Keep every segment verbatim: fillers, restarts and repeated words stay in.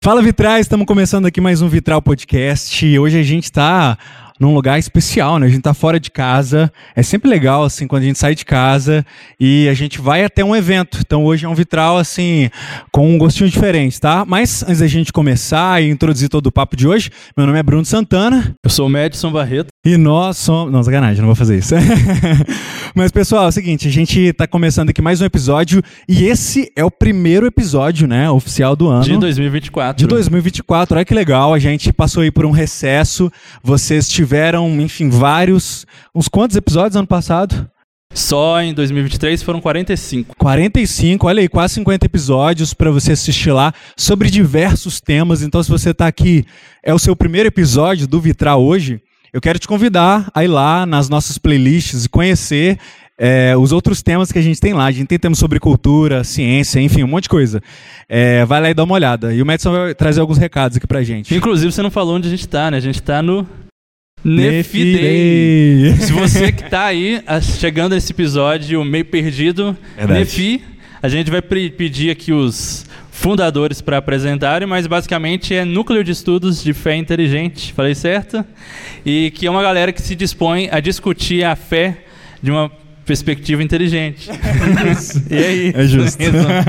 Fala Vitrais, estamos começando aqui mais um Vitral Podcast. Hoje a gente está num lugar especial, né? A gente tá fora de casa. É sempre legal, assim, quando a gente sai de casa e a gente vai até um evento. Então hoje é um Vitral, assim, com um gostinho diferente, tá? Mas antes da gente começar e introduzir todo o papo de hoje, meu nome é Bruno Santana. Eu sou o Madison Barreto. E nós somos... Não, sacanagem, não vou fazer isso. Mas, pessoal, é o seguinte, a gente tá começando aqui mais um episódio e esse é o primeiro episódio, né, oficial do ano. De dois mil e vinte e quatro. De dois mil e vinte e quatro, olha que legal, a gente passou aí por um recesso, vocês tiveram, enfim, vários... Uns quantos episódios ano passado? Só em dois mil e vinte e três foram quarenta e cinco. quarenta e cinco, olha aí, quase cinquenta episódios para você assistir lá sobre diversos temas. Então, se você tá aqui, é o seu primeiro episódio do Vitral hoje, eu quero te convidar a ir lá nas nossas playlists e conhecer é, os outros temas que a gente tem lá. A gente tem temas sobre cultura, ciência, enfim, um monte de coisa. É, vai lá e dá uma olhada. E o Madison vai trazer alguns recados aqui pra gente. Inclusive, você não falou onde a gente tá, né? A gente tá no Nefi Day. Se você que tá aí, chegando nesse episódio meio perdido, Verdade. Nefi, a gente vai pedir aqui os fundadores para apresentarem, mas basicamente é Núcleo de Estudos de Fé Inteligente, falei certo? E que é uma galera que se dispõe a discutir a fé de uma perspectiva inteligente. E aí? É justo.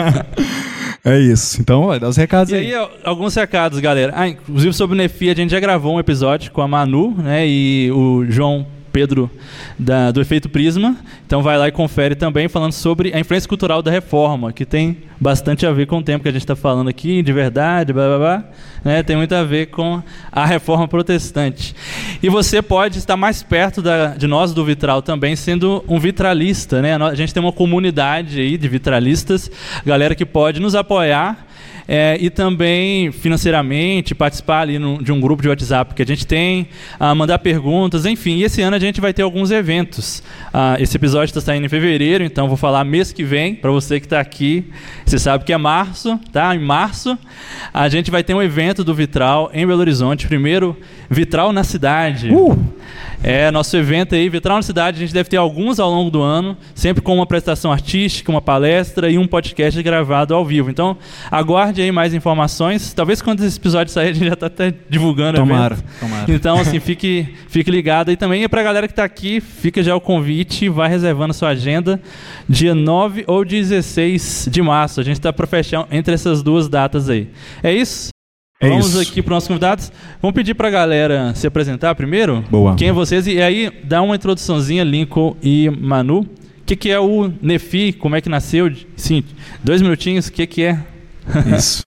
É isso. Então, vai dar os recados e aí. E aí, alguns recados, galera. Ah, inclusive sobre o Nefi, a gente já gravou um episódio com a Manu, né, e o João Pedro da, do Efeito Prisma. Então vai lá e confere também, falando sobre a influência cultural da reforma, que tem bastante a ver com o tempo que a gente está falando aqui, de verdade, blá, blá, blá, né? Tem muito a ver com a reforma protestante. E você pode estar mais perto da, de nós do Vitral também, sendo um vitralista, né? A gente tem uma comunidade aí de vitralistas, galera que pode nos apoiar, É, e também financeiramente participar ali no, de um grupo de WhatsApp que a gente tem, uh, mandar perguntas, enfim. E esse ano a gente vai ter alguns eventos. Uh, esse episódio está saindo em fevereiro, então vou falar mês que vem, para você que está aqui. Você sabe que é março, tá? Em março a gente vai ter um evento do Vitral em Belo Horizonte. Primeiro, Vitral na Cidade. Uh! É, nosso evento aí, Vitral na Cidade, a gente deve ter alguns ao longo do ano, sempre com uma apresentação artística, uma palestra e um podcast gravado ao vivo. Então, aguarde aí mais informações. Talvez quando esse episódio sair, a gente já está até divulgando o tomara, evento. Tomara. Então, assim, fique, fique ligado. E também, para a galera que está aqui, fica já o convite, vai reservando a sua agenda, dia nove ou dezesseis de março. A gente está para fechar entre essas duas datas aí. É isso? É Vamos isso. aqui para os nossos convidados. Vamos pedir para a galera se apresentar primeiro. Boa. Quem é vocês? E aí, dá uma introduçãozinha, Lincoln e Manu. O que, que é o Nefi? Como é que nasceu? Sim, dois minutinhos. O que, que é? Isso.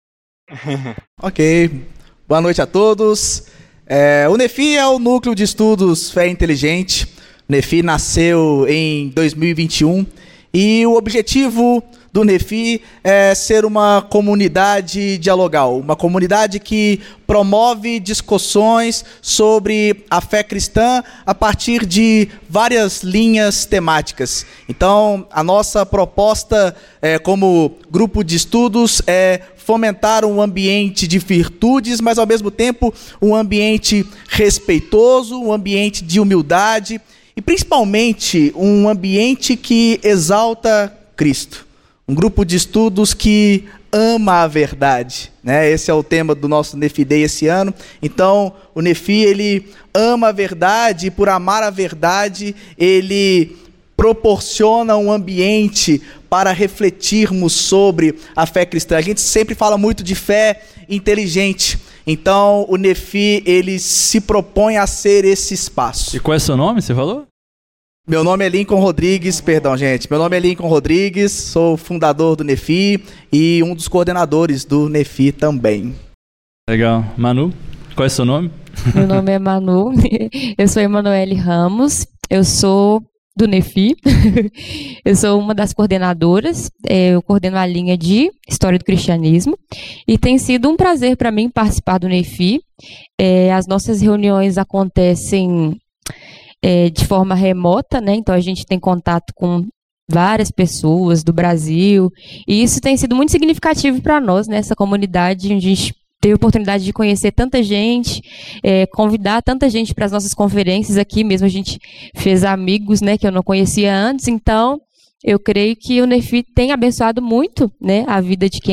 Ok. Boa noite a todos. É, o Nefi é o Núcleo de Estudos Fé Inteligente. O Nefi nasceu em dois mil e vinte e um e o objetivo do Nefi é ser uma comunidade dialogal, uma comunidade que promove discussões sobre a fé cristã a partir de várias linhas temáticas. Então, a nossa proposta é, como grupo de estudos é fomentar um ambiente de virtudes, mas ao mesmo tempo um ambiente respeitoso, um ambiente de humildade e principalmente um ambiente que exalta Cristo. Um grupo de estudos que ama a verdade, né? Esse é o tema do nosso Nefi Day esse ano. Então, o Nefi, ele ama a verdade e por amar a verdade, ele proporciona um ambiente para refletirmos sobre a fé cristã. A gente sempre fala muito de fé inteligente. Então, o Nefi, ele se propõe a ser esse espaço. E qual é o seu nome, você falou? Meu nome é Lincoln Rodrigues, perdão, gente. Meu nome é Lincoln Rodrigues, sou fundador do Nefi e um dos coordenadores do Nefi também. Legal. Manu, qual é o seu nome? Meu nome é Manu, eu sou Emanuele Ramos, eu sou do Nefi, eu sou uma das coordenadoras, eu coordeno a linha de História do Cristianismo e tem sido um prazer para mim participar do Nefi. É, as nossas reuniões acontecem É, de forma remota, né? Então a gente tem contato com várias pessoas do Brasil e isso tem sido muito significativo para nós, nessa né? comunidade, onde a gente teve a oportunidade de conhecer tanta gente, é, convidar tanta gente para as nossas conferências aqui mesmo, a gente fez amigos, né, que eu não conhecia antes, então eu creio que o Nefi tem abençoado muito, né, a vida de quem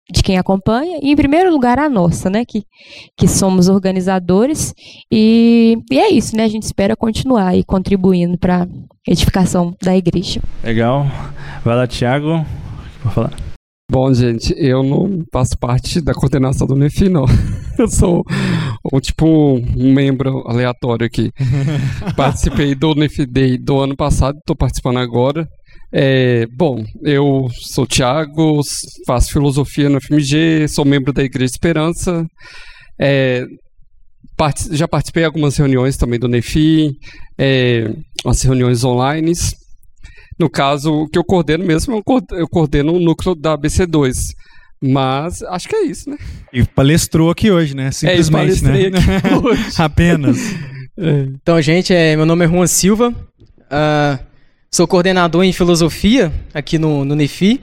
de quem acompanha e, em primeiro lugar, a nossa, né? Que, que somos organizadores. E, e é isso, né? A gente espera continuar aí contribuindo para a edificação da igreja. Legal. Vai lá, Thiago. Vou falar. Bom, gente, eu não faço parte da coordenação do Nefi, não. Eu sou um tipo um membro aleatório aqui. Participei do Nefi Day do ano passado, estou participando agora. É, bom, eu sou o Thiago, faço filosofia no F M G, sou membro da Igreja Esperança. É, part- já participei de algumas reuniões também do Nefi, é, umas reuniões online. No caso, o que eu coordeno mesmo, eu coordeno o núcleo da A B C dois. Mas acho que é isso, né? E palestrou aqui hoje, né? Simplesmente, é, né? Aqui hoje. Apenas. É. Então, gente, é, meu nome é Juan Silva, uh, sou coordenador em filosofia aqui no, no Nefi,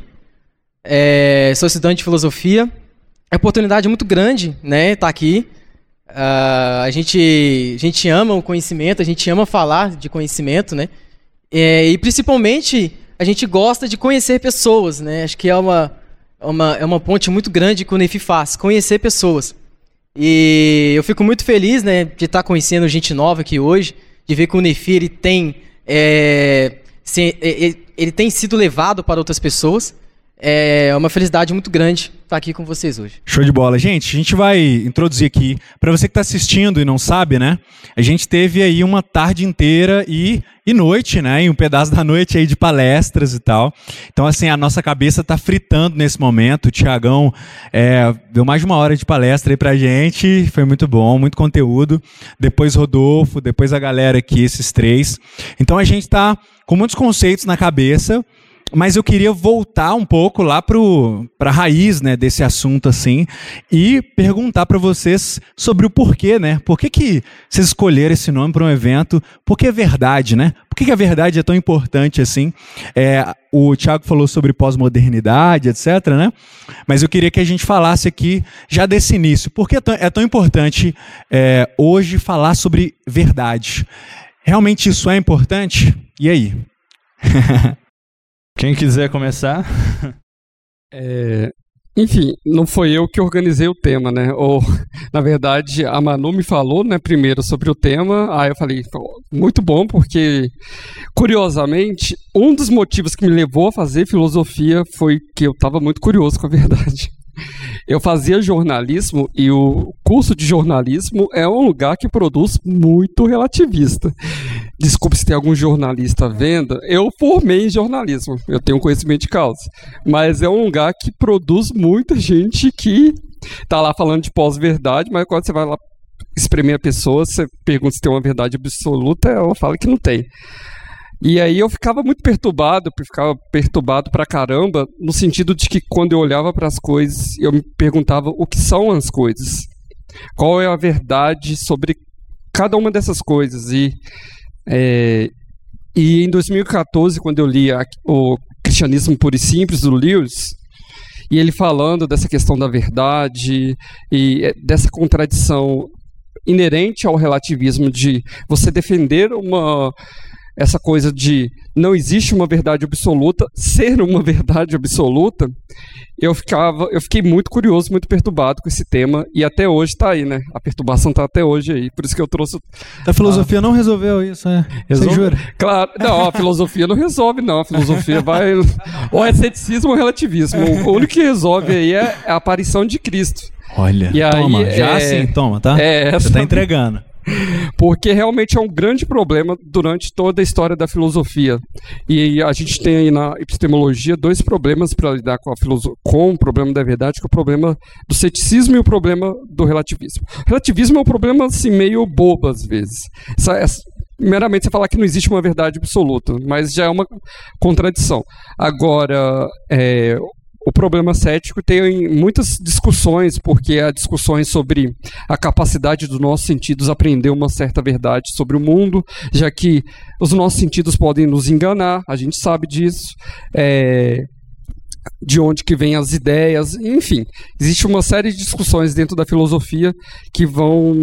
é, sou estudante de filosofia. É uma oportunidade muito grande, né, estar aqui. Uh, a, gente, a gente ama o conhecimento, a gente ama falar de conhecimento, né? É, e principalmente a gente gosta de conhecer pessoas, né? Acho que é uma, uma, é uma ponte muito grande que o Nefi faz, conhecer pessoas. E eu fico muito feliz, né, de estar conhecendo gente nova aqui hoje, de ver que o Nefi ele tem, é, se, ele, ele tem sido levado para outras pessoas. É uma felicidade muito grande estar aqui com vocês hoje. Show de bola. Gente, a gente vai introduzir aqui, para você que está assistindo e não sabe, né? A gente teve aí uma tarde inteira e, e noite, né? E um pedaço da noite aí de palestras e tal. Então, assim, a nossa cabeça está fritando nesse momento. O Thiagão é, deu mais de uma hora de palestra aí pra gente. Foi muito bom, muito conteúdo. Depois Rodolfo, depois a galera aqui, esses três. Então, a gente está com muitos conceitos na cabeça, mas eu queria voltar um pouco lá para a raiz, né, desse assunto assim, e perguntar para vocês sobre o porquê, né? Por que, que vocês escolheram esse nome para um evento? Por que a verdade, né? Por que, que a verdade é tão importante assim? É, o Thiago falou sobre pós-modernidade, etcétera, né? Mas eu queria que a gente falasse aqui já desse início. Por que é tão, é tão importante é, hoje falar sobre verdade? Realmente isso é importante? E aí? Quem quiser começar. É, enfim, não foi eu que organizei o tema, né? Ou, na verdade, a Manu me falou, né, primeiro sobre o tema. Aí eu falei, muito bom, porque, curiosamente, um dos motivos que me levou a fazer filosofia foi que eu estava muito curioso com a verdade. Eu fazia jornalismo e o curso de jornalismo é um lugar que produz muito relativista. Desculpe se tem algum jornalista vendo, eu formei em jornalismo, eu tenho conhecimento de causa, mas é um lugar que produz muita gente que tá lá falando de pós-verdade, mas quando você vai lá espremer a pessoa, você pergunta se tem uma verdade absoluta, ela fala que não tem. E aí eu ficava muito perturbado, ficava perturbado pra caramba, no sentido de que quando eu olhava para as coisas, eu me perguntava o que são as coisas. Qual é a verdade sobre cada uma dessas coisas. E, é, e em dois mil e quatorze, quando eu li a, o Cristianismo Puro e Simples, do Lewis, e ele falando dessa questão da verdade e dessa contradição inerente ao relativismo de você defender uma... essa coisa de não existe uma verdade absoluta, ser uma verdade absoluta, eu, ficava, eu fiquei muito curioso, muito perturbado com esse tema, e até hoje está aí, né? A perturbação está até hoje aí, por isso que eu trouxe... A filosofia ah, não resolveu isso, né? Resolve? Você jura? Claro, não, a filosofia não resolve, não. A filosofia vai... ou é ceticismo ou relativismo. O único que resolve aí é a aparição de Cristo. Olha, e toma, aí, já é... assim, toma, tá? É, Você está entregando. Porque realmente é um grande problema durante toda a história da filosofia. E a gente tem aí na epistemologia dois problemas para lidar com, a filoso- com o problema da verdade, que é o problema do ceticismo e o problema do relativismo. O relativismo é um problema assim, meio bobo às vezes. Essa, essa, meramente você falar que não existe uma verdade absoluta, mas já é uma contradição. Agora, é... o problema cético tem muitas discussões, porque há discussões sobre a capacidade dos nossos sentidos aprender uma certa verdade sobre o mundo, já que os nossos sentidos podem nos enganar, a gente sabe disso, é, de onde que vêm as ideias, enfim. Existe uma série de discussões dentro da filosofia que vão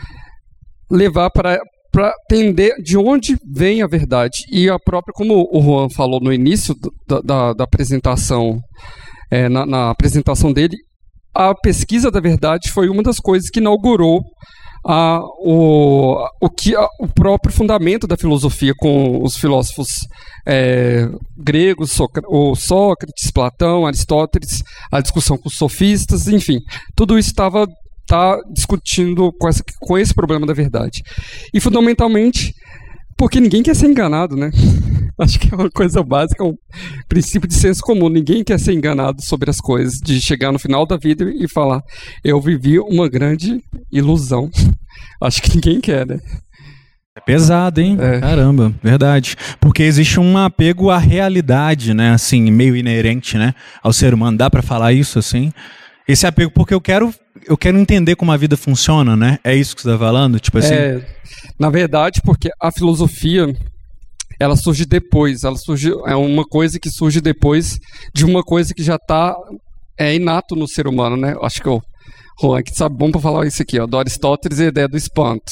levar para... para entender de onde vem a verdade. E a própria, como o Juan falou no início da, da, da apresentação, É, na, na apresentação dele, a pesquisa da verdade foi uma das coisas que inaugurou a, o, o, que, a, o próprio fundamento da filosofia com os filósofos é, gregos, Socr- o Sócrates, Platão, Aristóteles, a discussão com os sofistas, enfim, tudo isso estava tá discutindo com, essa, com esse problema da verdade. E fundamentalmente porque ninguém quer ser enganado, né? Acho que é uma coisa básica, um princípio de senso comum. Ninguém quer ser enganado sobre as coisas, de chegar no final da vida e falar, eu vivi uma grande ilusão. Acho que ninguém quer, né? É pesado, hein? É. Caramba, verdade. Porque existe um apego à realidade, né? Assim, meio inerente, né? Ao ser humano. Dá pra falar isso, assim? Esse apego, porque eu quero, eu quero entender como a vida funciona, né? É isso que você tá falando? Tipo assim... É, na verdade, porque a filosofia... ela surge depois, ela surge, é uma coisa que surge depois de uma coisa que já está é, inato no ser humano, né? Acho que o Juan que sabe bom para falar isso aqui, ó, do Aristóteles e a ideia do espanto.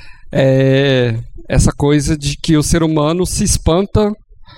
É, essa coisa de que o ser humano se espanta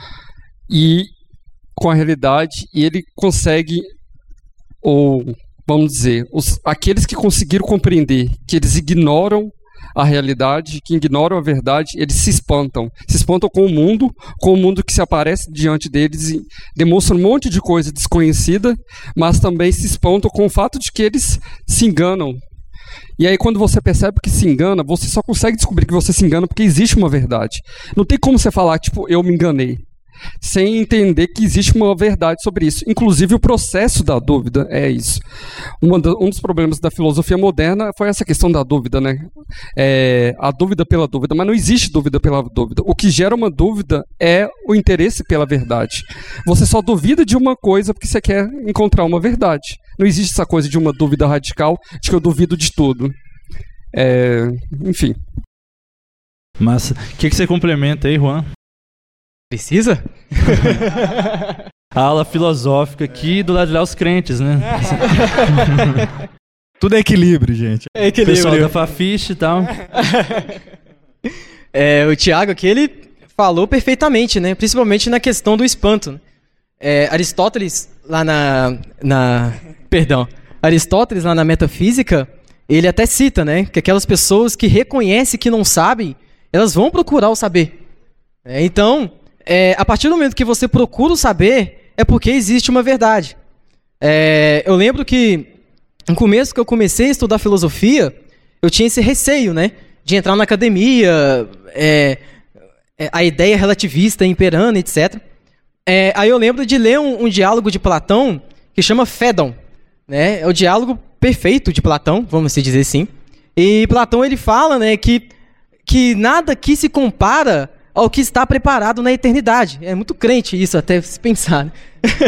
e com a realidade e ele consegue, ou vamos dizer, os, aqueles que conseguiram compreender que eles ignoram a realidade, que ignoram a verdade, eles se espantam. Se espantam com o mundo, com o mundo que se aparece diante deles e demonstra um monte de coisa desconhecida, mas também se espantam com o fato de que eles se enganam. E aí quando você percebe que se engana, você só consegue descobrir que você se engana porque existe uma verdade. Não tem como você falar, tipo, eu me enganei, sem entender que existe uma verdade sobre isso. Inclusive o processo da dúvida é isso. Uma da, um dos problemas da filosofia moderna foi essa questão da dúvida, né? É, a dúvida pela dúvida, mas não existe dúvida pela dúvida. O que gera uma dúvida é o interesse pela verdade. Você só duvida de uma coisa porque você quer encontrar uma verdade. Não existe essa coisa de uma dúvida radical, de que eu duvido de tudo. É, enfim. Mas o que, que você complementa aí, Juan? Precisa? A aula filosófica aqui do lado de lá os crentes, né? Tudo é equilíbrio, gente. É O pessoal da Fafiche e tal. É, o Tiago aqui, ele falou perfeitamente, né? Principalmente na questão do espanto. É, Aristóteles, lá na, na... Perdão. Aristóteles, lá na Metafísica, ele até cita, né? Que aquelas pessoas que reconhecem que não sabem, elas vão procurar o saber. É, então... É, a partir do momento que você procura o saber, é porque existe uma verdade. É, eu lembro que, no começo que eu comecei a estudar filosofia, eu tinha esse receio, né, de entrar na academia, é, é, a ideia relativista imperando, etcétera. É, aí eu lembro de ler um, um diálogo de Platão que chama Fédon. Né, é o diálogo perfeito de Platão, vamos dizer assim. E Platão ele fala, né, que, que nada aqui se compara ao que está preparado na eternidade. É muito crente isso, até se pensar. Né?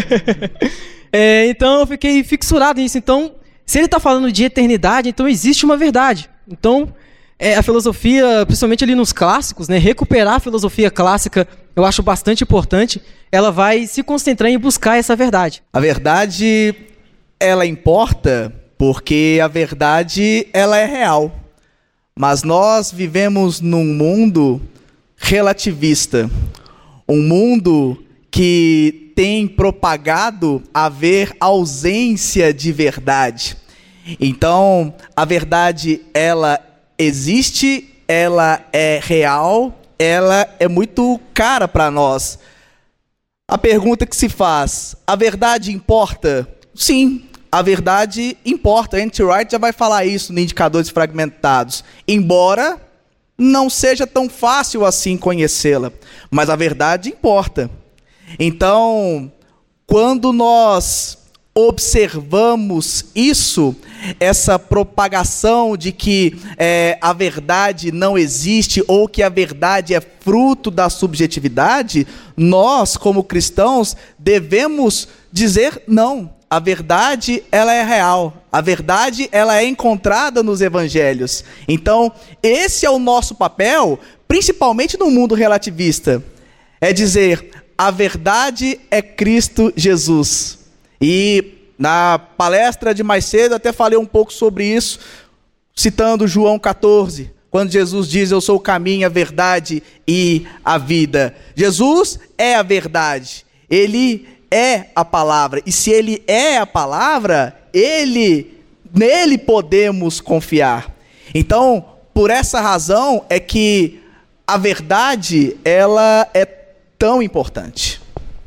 é, então eu fiquei fixurado nisso. Então, se ele está falando de eternidade, então existe uma verdade. Então, é, a filosofia, principalmente ali nos clássicos, né, recuperar a filosofia clássica, eu acho bastante importante. Ela vai se concentrar em buscar essa verdade. A verdade, ela importa porque a verdade, ela é real. Mas nós vivemos num mundo relativista, um mundo que tem propagado haver ausência de verdade. Então, a verdade, ela existe, ela é real, ela é muito cara para nós. A pergunta que se faz, a verdade importa? Sim, a verdade importa. N.T. Wright já vai falar isso no Indicadores Fragmentados. Embora não seja tão fácil assim conhecê-la, mas a verdade importa. Então, quando nós observamos isso, essa propagação de que é, a verdade não existe ou que a verdade é fruto da subjetividade, nós, como cristãos, devemos dizer não. A verdade, ela é real. A verdade, ela é encontrada nos evangelhos. Então, esse é o nosso papel, principalmente no mundo relativista. É dizer, a verdade é Cristo Jesus. E na palestra de mais cedo, até falei um pouco sobre isso, citando João quatorze, quando Jesus diz, eu sou o caminho, a verdade e a vida. Jesus é a verdade. Ele é a palavra. E se ele é a palavra, Ele, nele podemos confiar. Então, por essa razão é que a verdade, ela é tão importante.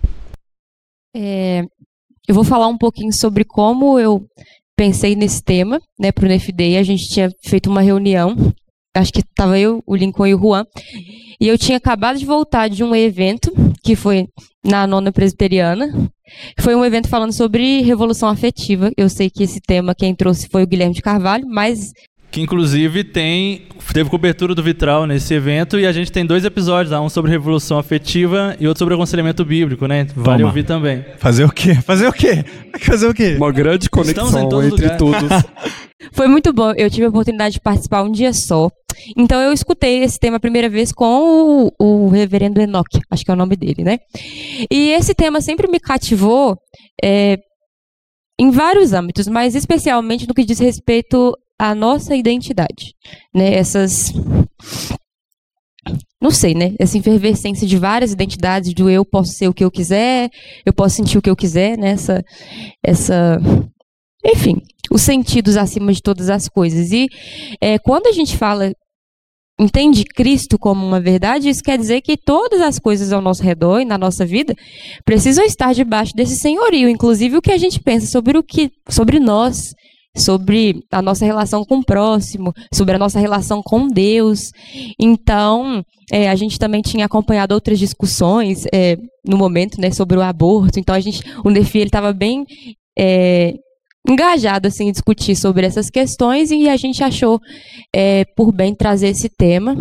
É, eu vou falar um pouquinho sobre como eu pensei nesse tema, né, para o N F D. A gente tinha feito uma reunião, acho que estava eu, o Lincoln e o Juan, e eu tinha acabado de voltar de um evento, que foi na Nona Presbiteriana. Foi um evento falando sobre revolução afetiva. Eu sei que esse tema quem trouxe foi o Guilherme de Carvalho, mas... Que inclusive tem, teve cobertura do Vitral nesse evento e a gente tem dois episódios, um sobre revolução afetiva e outro sobre aconselhamento bíblico, né? Vale Toma. ouvir também. Fazer o quê? Fazer o quê? Fazer o quê? Uma grande conexão entre todos. Foi muito bom. Eu tive a oportunidade de participar um dia só. Então eu escutei esse tema a primeira vez com o, o reverendo Enoque, acho que é o nome dele, né? E esse tema sempre me cativou é, em vários âmbitos, mas especialmente no que diz respeito à nossa identidade, né? Essas... Não sei, né? Essa efervescência de várias identidades, do eu posso ser o que eu quiser, eu posso sentir o que eu quiser, né? Essa... essa... Enfim, os sentidos acima de todas as coisas. E é, quando a gente fala, entende Cristo como uma verdade, isso quer dizer que todas as coisas ao nosso redor e na nossa vida precisam estar debaixo desse senhorio, inclusive o que a gente pensa sobre o que, sobre nós, sobre a nossa relação com o próximo, sobre a nossa relação com Deus. Então, é, a gente também tinha acompanhado outras discussões é, no momento, né, sobre o aborto. Então, a gente, o N F I estava bem... É, engajado assim, em discutir sobre essas questões e a gente achou é, por bem trazer esse tema.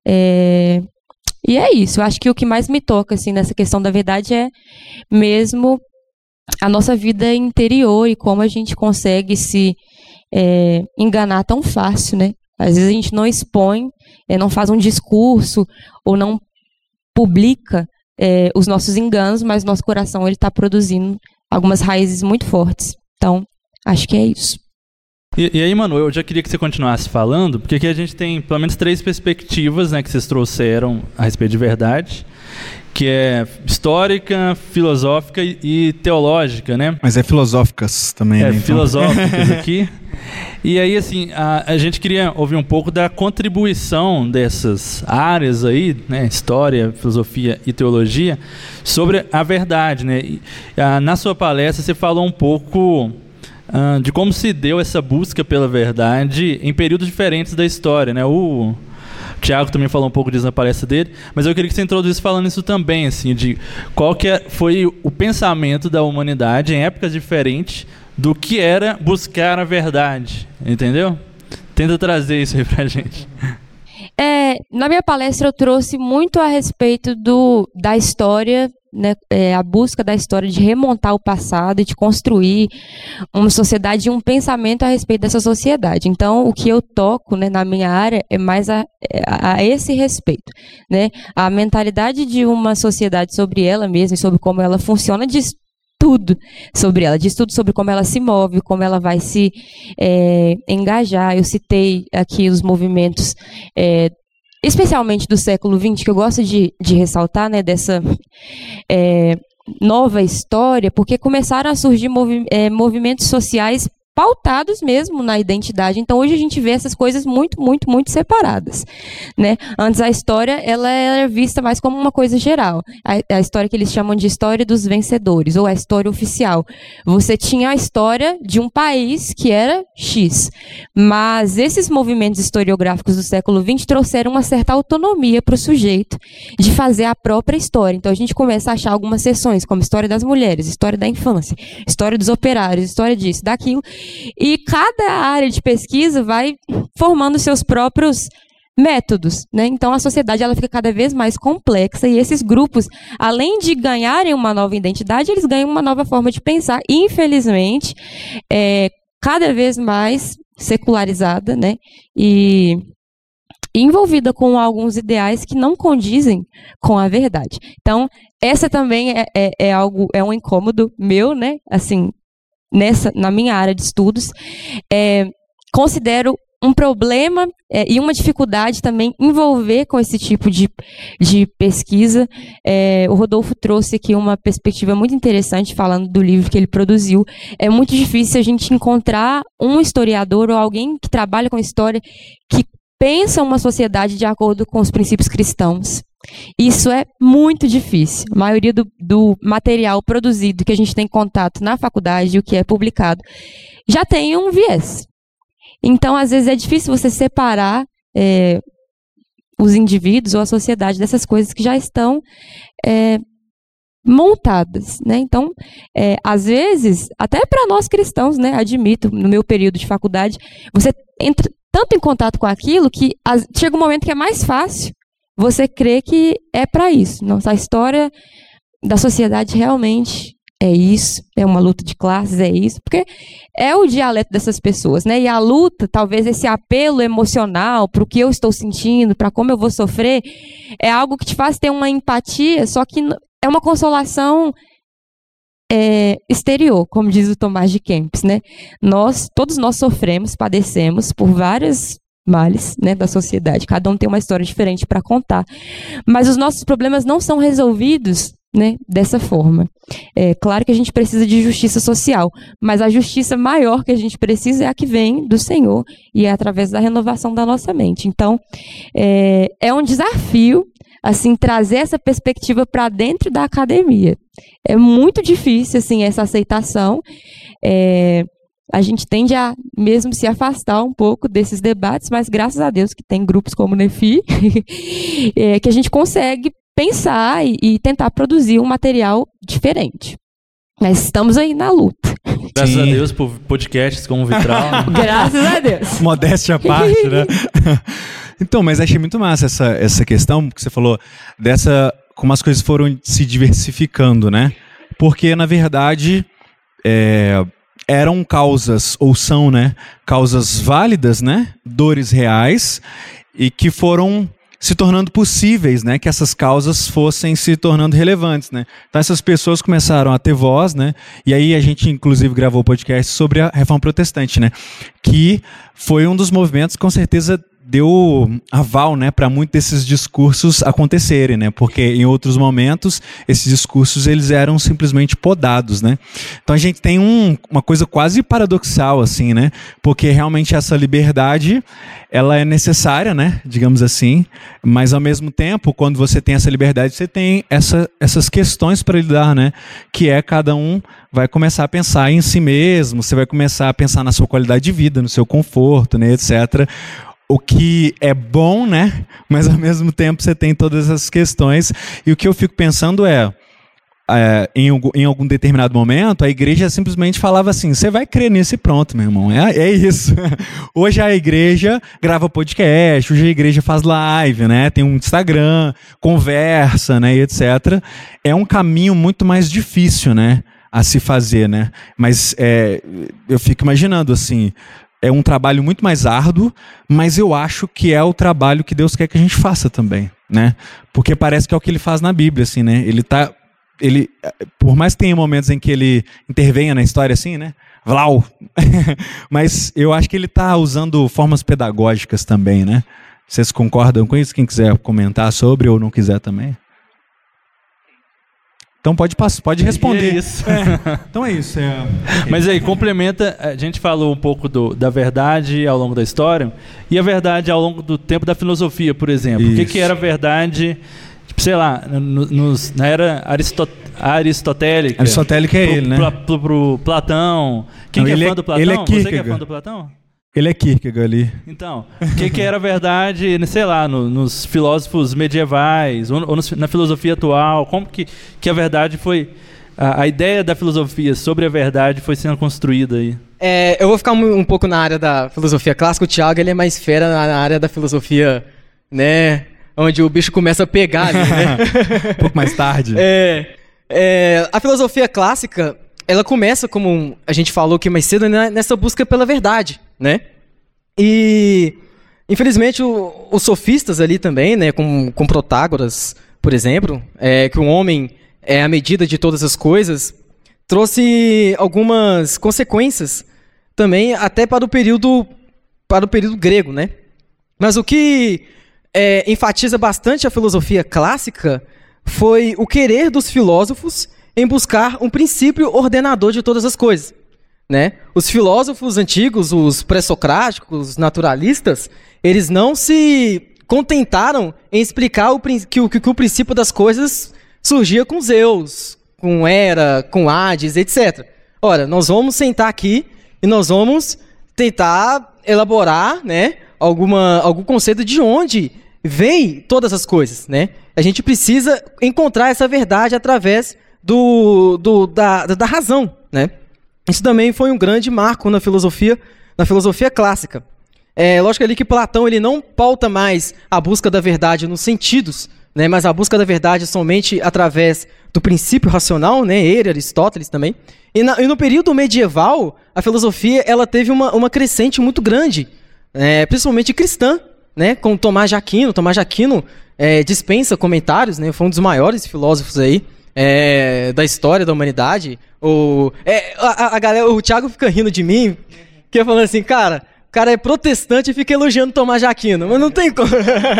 É, e é isso, eu acho que o que mais me toca assim, nessa questão da verdade é mesmo a nossa vida interior e como a gente consegue se é, enganar tão fácil, né? Às vezes a gente não expõe, é, não faz um discurso ou não publica é, os nossos enganos, mas nosso coração ele está produzindo algumas raízes muito fortes. Então, acho que é isso. E, e aí, mano, eu já queria que você continuasse falando, porque aqui a gente tem pelo menos três perspectivas, né, que vocês trouxeram a respeito de verdade, que é histórica, filosófica e, e teológica, né? Mas é filosóficas também, É, né? Então... filosóficas aqui. E aí, assim, a, a gente queria ouvir um pouco da contribuição dessas áreas aí, né, história, filosofia e teologia, sobre a verdade, né? E, a, na sua palestra você falou um pouco uh, de como se deu essa busca pela verdade em períodos diferentes da história, né? O Tiago também falou um pouco disso na palestra dele, mas eu queria que você introduzisse falando isso também, assim, de qual que é, foi o pensamento da humanidade em épocas diferentes do que era buscar a verdade, entendeu? Tenta trazer isso aí pra gente. É, na minha palestra eu trouxe muito a respeito do, da história, né, é, a busca da história de remontar o passado e de construir uma sociedade e um pensamento a respeito dessa sociedade. Então, o que eu toco, né, na minha área é mais a, a, a esse respeito, né? A mentalidade de uma sociedade sobre ela mesma e sobre como ela funciona diz tudo sobre ela, diz tudo sobre como ela se move, como ela vai se é, engajar. Eu citei aqui os movimentos, é, especialmente do século vinte, que eu gosto de, de ressaltar, né, dessa é, nova história, porque começaram a surgir movi é, movimentos sociais pautados mesmo na identidade. Então, hoje a gente vê essas coisas muito, muito, muito separadas, né? Antes a história, ela era vista mais como uma coisa geral. A, a história que eles chamam de história dos vencedores, ou a história oficial. Você tinha a história de um país que era X, mas esses movimentos historiográficos do século vinte trouxeram uma certa autonomia para o sujeito de fazer a própria história. Então, a gente começa a achar algumas seções, como história das mulheres, história da infância, história dos operários, história disso, daquilo. E cada área de pesquisa vai formando seus próprios métodos, né? Então a sociedade ela fica cada vez mais complexa e esses grupos, além de ganharem uma nova identidade, eles ganham uma nova forma de pensar. E, infelizmente, é cada vez mais secularizada, né? E envolvida com alguns ideais que não condizem com a verdade. Então, essa também é, é, é algo, é um incômodo meu, né? Assim, nessa, na minha área de estudos, é, considero um problema é, e uma dificuldade também envolver com esse tipo de, de pesquisa. É, o Rodolfo trouxe aqui uma perspectiva muito interessante falando do livro que ele produziu. É muito difícil a gente encontrar um historiador ou alguém que trabalha com história que pensa uma sociedade de acordo com os princípios cristãos. Isso é muito difícil. A maioria do, do material produzido que a gente tem contato na faculdade, o que é publicado, já tem um viés. Então, às vezes, é difícil você separar é, os indivíduos ou a sociedade dessas coisas que já estão é, montadas, né? Então, é, às vezes, até para nós cristãos, né, admito, no meu período de faculdade, você entra tanto em contato com aquilo que as, chega um momento que é mais fácil você crer que é para isso. Nossa, a história da sociedade realmente é isso, é uma luta de classes, é isso, porque é o dialeto dessas pessoas, né? E a luta, talvez esse apelo emocional para o que eu estou sentindo, para como eu vou sofrer, é algo que te faz ter uma empatia, só que é uma consolação é, exterior, como diz o Tomás de Kempis, né? Nós, todos nós sofremos, padecemos por várias males, né, da sociedade. Cada um tem uma história diferente para contar. Mas os nossos problemas não são resolvidos, né, dessa forma. É claro que a gente precisa de justiça social, mas a justiça maior que a gente precisa é a que vem do Senhor e é através da renovação da nossa mente. Então, é, é um desafio, assim, trazer essa perspectiva para dentro da academia. É muito difícil, assim, essa aceitação. É, a gente tende a mesmo se afastar um pouco desses debates, mas graças a Deus que tem grupos como o Nefi, é, que a gente consegue pensar e, e tentar produzir um material diferente. Mas estamos aí na luta. Graças Sim. a Deus por podcasts como o Vitral. Graças a Deus. Modéstia à parte, né? Então, mas achei muito massa essa, essa questão que você falou, dessa, como as coisas foram se diversificando, né? Porque, na verdade, é, eram causas, ou são, né? Causas válidas, né? Dores reais, e que foram se tornando possíveis, né, que essas causas fossem se tornando relevantes, né? Então essas pessoas começaram a ter voz, né? E aí a gente inclusive gravou o podcast sobre a Reforma Protestante, né? Que foi um dos movimentos que com certeza deu aval, né, para muitos desses discursos acontecerem, né? Porque em outros momentos esses discursos eles eram simplesmente podados, né? Então a gente tem um, uma coisa quase paradoxal assim, né? Porque realmente essa liberdade ela é necessária, né? Digamos assim, mas ao mesmo tempo, quando você tem essa liberdade, você tem essa, essas questões para lidar, né? Que é cada um vai começar a pensar em si mesmo, você vai começar a pensar na sua qualidade de vida, no seu conforto, né, etcétera. O que é bom, né? Mas ao mesmo tempo você tem todas essas questões. E o que eu fico pensando é, é em, em algum determinado momento, a igreja simplesmente falava assim, você vai crer nisso e pronto, meu irmão. É, é isso. Hoje a igreja grava podcast, hoje a igreja faz live, né? Tem um Instagram, conversa, né? E etcétera. É um caminho muito mais difícil, né? A se fazer, né? Mas é, eu fico imaginando assim, é um trabalho muito mais árduo, mas eu acho que é o trabalho que Deus quer que a gente faça também, né? Porque parece que é o que ele faz na Bíblia, assim, né? Ele tá, ele, por mais que tenha momentos em que ele intervenha na história, assim, né? Vlau! Mas eu acho que ele está usando formas pedagógicas também, né? Vocês concordam com isso? Quem quiser comentar sobre ou não quiser também? Então pode, pode responder. É isso. É. Então é isso. É... Mas aí, complementa, a gente falou um pouco do, da verdade ao longo da história e a verdade ao longo do tempo da filosofia, por exemplo. Isso. O que, que era verdade, tipo, sei lá, no, nos, na era aristot, aristotélica? Aristotélica é pro, ele, né? Pro, pro, pro Platão. Quem não, que é é fã do Platão? Ele é Você que é fã do Platão? Ele é Kierkegaard ali. Então, o que, que era verdade, sei lá, no, nos filósofos medievais, ou, ou no, na filosofia atual, como que, que a verdade foi, a, a ideia da filosofia sobre a verdade foi sendo construída aí? É, eu vou ficar um, um pouco na área da filosofia clássica, o Thiago ele é mais fera na, na área da filosofia, né, onde o bicho começa a pegar ali, né? Um pouco mais tarde. É, é, a filosofia clássica, ela começa, como a gente falou aqui mais cedo, né, nessa busca pela verdade, né? E, infelizmente, o, os sofistas ali também, né, com, com Protágoras, por exemplo, é, que o homem é a medida de todas as coisas, trouxe algumas consequências também até para o período para o período grego, né? Mas o que é, enfatiza bastante a filosofia clássica foi o querer dos filósofos em buscar um princípio ordenador de todas as coisas, né? Os filósofos antigos, os pré-socráticos, os naturalistas, eles não se contentaram em explicar o, que, o, que o princípio das coisas surgia com Zeus, com Hera, com Hades, etcétera. Ora, nós vamos sentar aqui e nós vamos tentar elaborar, né, alguma, algum conceito de onde vem todas as coisas, né? A gente precisa encontrar essa verdade através do, do, da, da razão, né? Isso também foi um grande marco na filosofia, na filosofia clássica. É lógico ali que Platão ele não pauta mais a busca da verdade nos sentidos, né, mas a busca da verdade somente através do princípio racional, né, ele, Aristóteles também. E, na, e no período medieval, a filosofia ela teve uma, uma crescente muito grande, é, principalmente cristã, né, com Tomás de Aquino. Tomás de Aquino é, dispensa comentários, né, foi um dos maiores filósofos aí, é, da história da humanidade. O, é, a, a galera, o Thiago fica rindo de mim, que falando assim, cara, o cara é protestante e fica elogiando Tomás de Aquino, mas não tem como.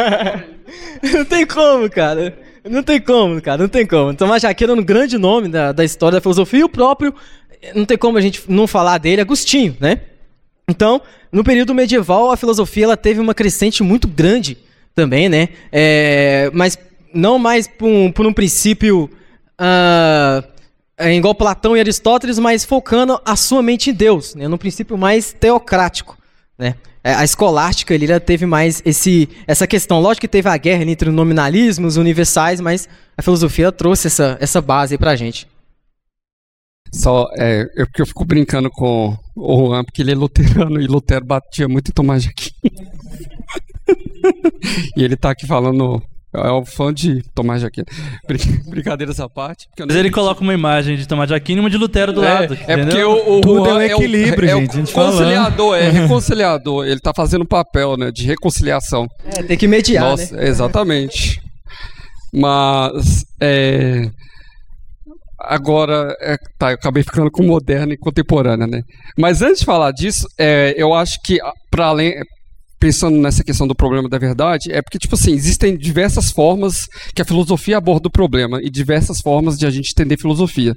Não tem como, cara. Não tem como, cara, não tem como. Tomás de Aquino é um grande nome da, da história da filosofia, e o próprio, não tem como a gente não falar dele, Agostinho, né? Então, no período medieval, a filosofia ela teve uma crescente muito grande também, né? É, mas não mais por um, por um princípio uh, igual Platão e Aristóteles, mas focando a sua mente em Deus, né? Num princípio mais teocrático, né? A escolástica ele teve mais esse, essa questão. Lógico que teve a guerra entre o nominalismo e os universais, mas a filosofia trouxe essa, essa base aí pra gente. Só, é, é porque eu fico brincando com o Juan, porque ele é luterano e Lutero batia muito em Tomás de Aquino. E ele tá aqui falando, é um fã de Tomás de Aquino. Brincadeiras à parte. Mas ele coloca uma imagem de Tomás de Aquino e uma de Lutero do é, lado. É porque o, o Tudo Juan é o equilíbrio, é o, gente. É o a gente conciliador, é reconciliador. Ele tá fazendo um papel, né, de reconciliação. É, tem que mediar, Nossa, né? Exatamente. Mas, é... Agora, é, tá, eu acabei ficando com moderna e contemporânea, né? Mas antes de falar disso, é, eu acho que, para além, pensando nessa questão do problema da verdade, é porque, tipo assim, existem diversas formas que a filosofia aborda o problema e diversas formas de a gente entender filosofia.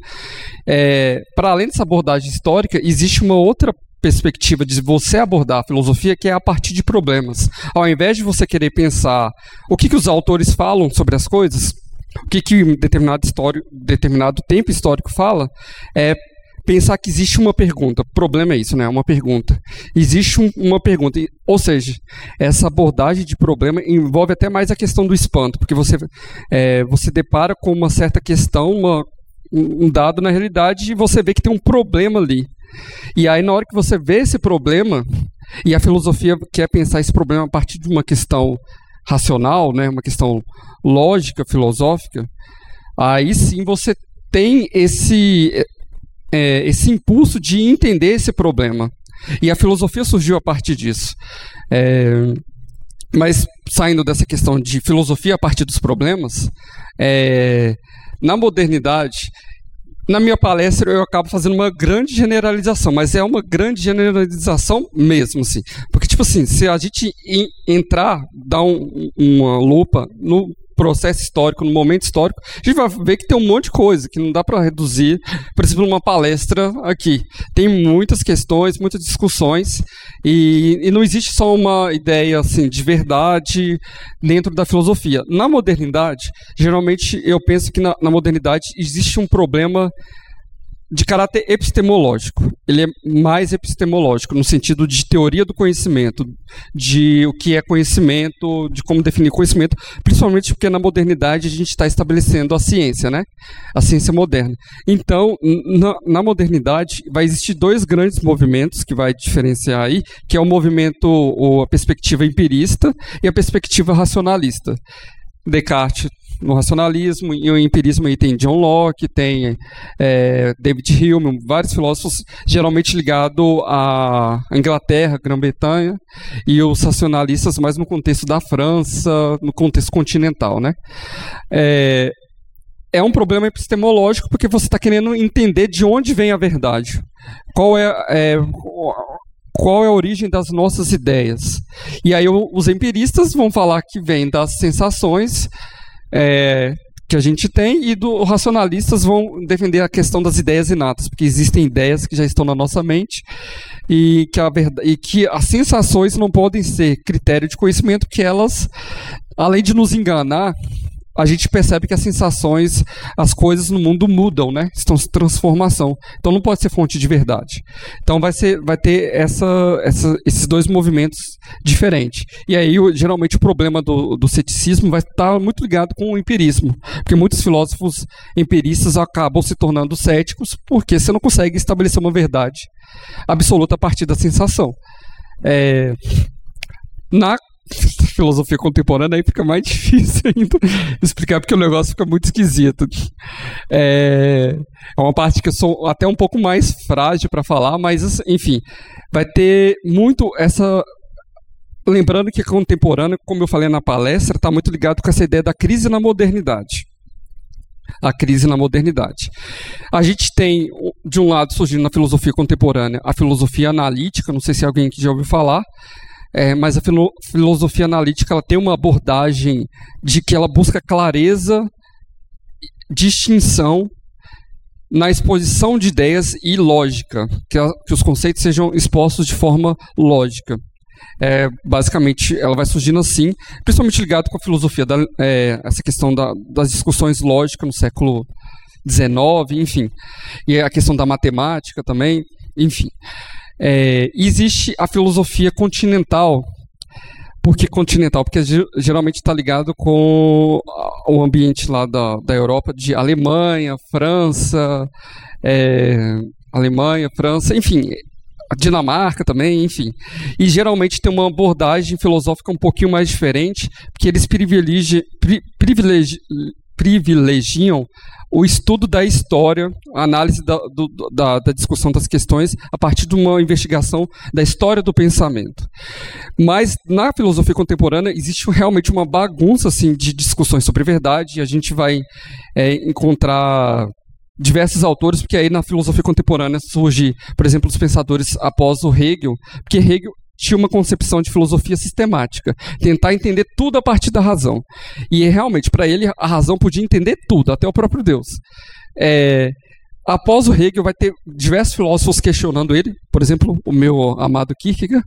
É, para além dessa abordagem histórica, existe uma outra perspectiva de você abordar a filosofia que é a partir de problemas. Ao invés de você querer pensar o que, que os autores falam sobre as coisas, o que, que determinado, histórico, determinado tempo histórico fala, é pensar que existe uma pergunta. O problema é isso, né? Uma pergunta. Existe um, uma pergunta. Ou seja, essa abordagem de problema envolve até mais a questão do espanto, porque você, é, você depara com uma certa questão, uma, um dado na realidade, e você vê que tem um problema ali. E aí, na hora que você vê esse problema, e a filosofia quer pensar esse problema a partir de uma questão racional, né, uma questão lógica, filosófica, aí sim você tem esse, é, esse impulso de entender esse problema. E a filosofia surgiu a partir disso. É, mas saindo dessa questão de filosofia a partir dos problemas, é, na modernidade, na minha palestra eu acabo fazendo uma grande generalização, mas é uma grande generalização mesmo, assim. Porque, tipo assim, se a gente in, entrar, dar um, uma lupa no processo histórico, no momento histórico, a gente vai ver que tem um monte de coisa que não dá para reduzir, por exemplo, numa palestra aqui. Tem muitas questões, muitas discussões, e, e não existe só uma ideia assim, de verdade dentro da filosofia. Na modernidade, geralmente eu penso que na, na modernidade existe um problema de caráter epistemológico. Ele é mais epistemológico, no sentido de teoria do conhecimento, de o que é conhecimento, de como definir conhecimento, principalmente porque na modernidade a gente está estabelecendo a ciência, né? A ciência moderna. Então, na, na modernidade, vai existir dois grandes movimentos que vai diferenciar aí, que é o movimento, ou a perspectiva empirista e a perspectiva racionalista. Descartes no racionalismo, e o empirismo aí tem John Locke, tem é, David Hume, vários filósofos geralmente ligados à Inglaterra, Grã-Bretanha, e os racionalistas mais no contexto da França, no contexto continental, né? É, é um problema epistemológico porque você está querendo entender de onde vem a verdade. Qual é, é qual é a origem das nossas ideias. E aí o, os empiristas vão falar que vem das sensações é, que a gente tem, e os racionalistas vão defender a questão das ideias inatas, porque existem ideias que já estão na nossa mente e que, a verdade, e que as sensações não podem ser critério de conhecimento, porque elas, além de nos enganar, a gente percebe que as sensações, as coisas no mundo mudam, né? Estão em transformação. Então não pode ser fonte de verdade. Então vai, ser, vai ter essa, essa, esses dois movimentos diferentes. E aí, o, geralmente, o problema do, do ceticismo vai estar muito ligado com o empirismo. Porque muitos filósofos empiristas acabam se tornando céticos porque você não consegue estabelecer uma verdade absoluta a partir da sensação. É, na filosofia contemporânea aí fica mais difícil ainda explicar, porque o negócio fica muito esquisito. É, é uma parte que eu sou até um pouco mais frágil para falar, mas enfim, vai ter muito essa... Lembrando que a contemporânea, como eu falei na palestra, está muito ligado com essa ideia da crise na modernidade. A crise na modernidade. A gente tem, de um lado, surgindo na filosofia contemporânea, a filosofia analítica, não sei se alguém aqui já ouviu falar, É, mas a filo filosofia analítica ela tem uma abordagem de que ela busca clareza, distinção na exposição de ideias e lógica, que, a, que os conceitos sejam expostos de forma lógica. É, basicamente, ela vai surgindo assim, principalmente ligado com a filosofia, da, é, essa questão da, das discussões lógicas no século dezenove, enfim, e a questão da matemática também, enfim. É, existe a filosofia continental. Por que continental? Porque geralmente está ligado com o ambiente lá da, da Europa, de Alemanha, França, é, Alemanha, França, enfim, a Dinamarca também, enfim. E geralmente tem uma abordagem filosófica um pouquinho mais diferente, porque eles privilegi, pri, privilegi, privilegiam o estudo da história, a análise da, do, da, da discussão das questões a partir de uma investigação da história do pensamento. Mas na filosofia contemporânea existe realmente uma bagunça assim, de discussões sobre verdade, e a gente vai é, encontrar diversos autores, porque aí na filosofia contemporânea surge, por exemplo, os pensadores após o Hegel, porque Hegel tinha uma concepção de filosofia sistemática, tentar entender tudo a partir da razão. E realmente, para ele, a razão podia entender tudo, até o próprio Deus. É, após o Hegel, vai ter diversos filósofos questionando ele, por exemplo, o meu amado Kierkegaard,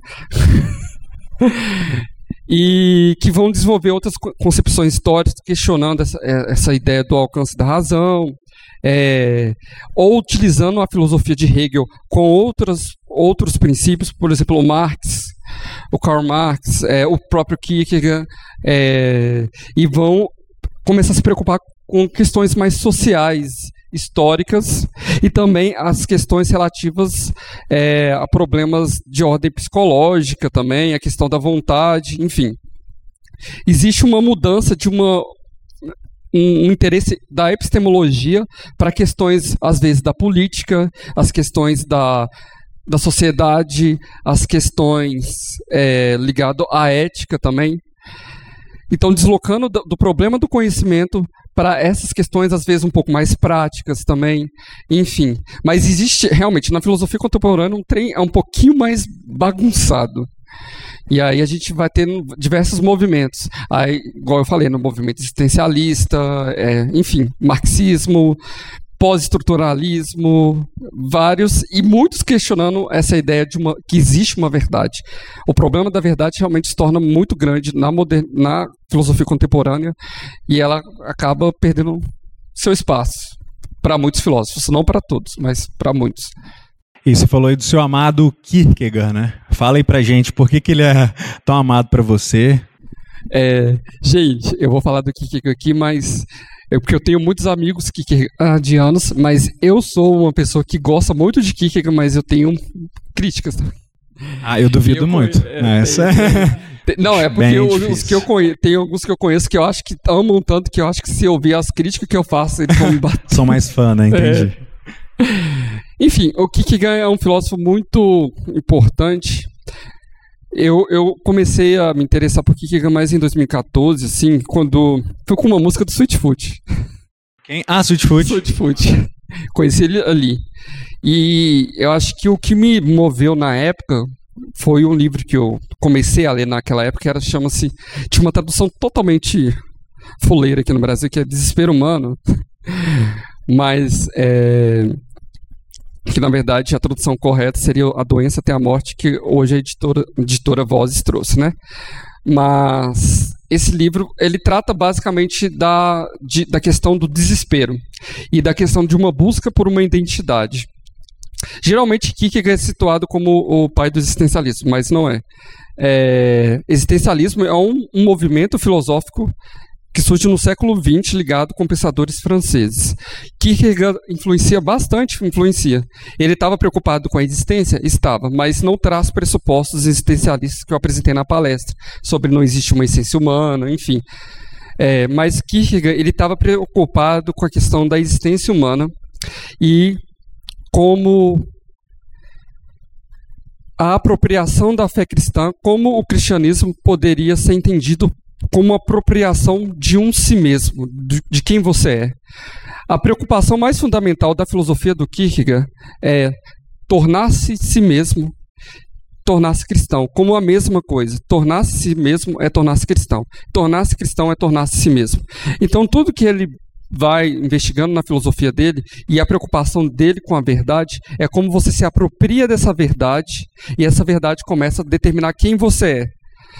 e que vão desenvolver outras concepções históricas, questionando essa, essa ideia do alcance da razão, É, ou utilizando a filosofia de Hegel com outras, outros princípios, por exemplo, o Marx, o Karl Marx, é, o próprio Kierkegaard, é, e vão começar a se preocupar com questões mais sociais, históricas, e também as questões relativas é, a problemas de ordem psicológica também, a questão da vontade, enfim. Existe uma mudança de uma... um interesse da epistemologia para questões, às vezes, da política, as questões da, da sociedade, as questões é, ligadas à ética também. Então, deslocando do, do problema do conhecimento para essas questões, às vezes, um pouco mais práticas também, enfim. Mas existe, realmente, na filosofia contemporânea, um trem é um pouquinho mais bagunçado. E aí a gente vai ter diversos movimentos. Aí, igual eu falei, no movimento existencialista, é, enfim, marxismo, pós-estruturalismo, vários, e muitos questionando essa ideia de uma, que existe uma verdade. O problema da verdade realmente se torna muito grande na, modern, na filosofia contemporânea, e ela acaba perdendo seu espaço para muitos filósofos, não para todos, mas para muitos. E você falou aí do seu amado Kierkegaard, né? Fala aí pra gente, por que, que ele é tão amado pra você? É, gente, eu vou falar do Kierkegaard aqui, mas... É porque eu tenho muitos amigos kierkegaardianos, mas eu sou uma pessoa que gosta muito de Kierkegaard, mas eu tenho críticas. Ah, eu duvido eu muito. Conheço, é, Essa... tem, tem, não, é porque eu, os que eu conheço, tem alguns que eu conheço que eu acho que amam tanto que eu acho que se eu ouvir as críticas que eu faço, eles vão me bater. São mais fã, né? Entendi. É. Enfim, o Kierkegaard é um filósofo muito importante. Eu, eu comecei a me interessar por Kierkegaard mais em dois mil e quatorze, assim, quando foi com uma música do Sweetfoot. Quem? Ah, Sweetfoot. Sweetfoot. Conheci ele ali. E eu acho que o que me moveu na época foi um livro que eu comecei a ler naquela época, era, chama-se, tinha uma tradução totalmente fuleira aqui no Brasil, que é Desespero Humano, mas é, que na verdade a tradução correta seria A Doença até a Morte, que hoje a editora, editora Vozes trouxe, né? Mas esse livro, ele trata basicamente da, de, da questão do desespero e da questão de uma busca por uma identidade. Geralmente Kierkegaard é situado como o pai do existencialismo, mas não é. é existencialismo é um, um movimento filosófico que surge no século vinte ligado com pensadores franceses. Kierkegaard influencia bastante, influencia. Ele estava preocupado com a existência? Estava, mas não traz pressupostos existencialistas que eu apresentei na palestra, sobre não existe uma essência humana, enfim. É, mas Kierkegaard, ele estava preocupado com a questão da existência humana e como a apropriação da fé cristã, como o cristianismo poderia ser entendido como apropriação de um si mesmo, de, de quem você é. A preocupação mais fundamental da filosofia do Kierkegaard é tornar-se si mesmo, tornar-se cristão, como a mesma coisa. Tornar-se si mesmo é tornar-se cristão. Tornar-se cristão é tornar-se si mesmo. Então, tudo que ele vai investigando na filosofia dele, e a preocupação dele com a verdade é como você se apropria dessa verdade, e essa verdade começa a determinar quem você é.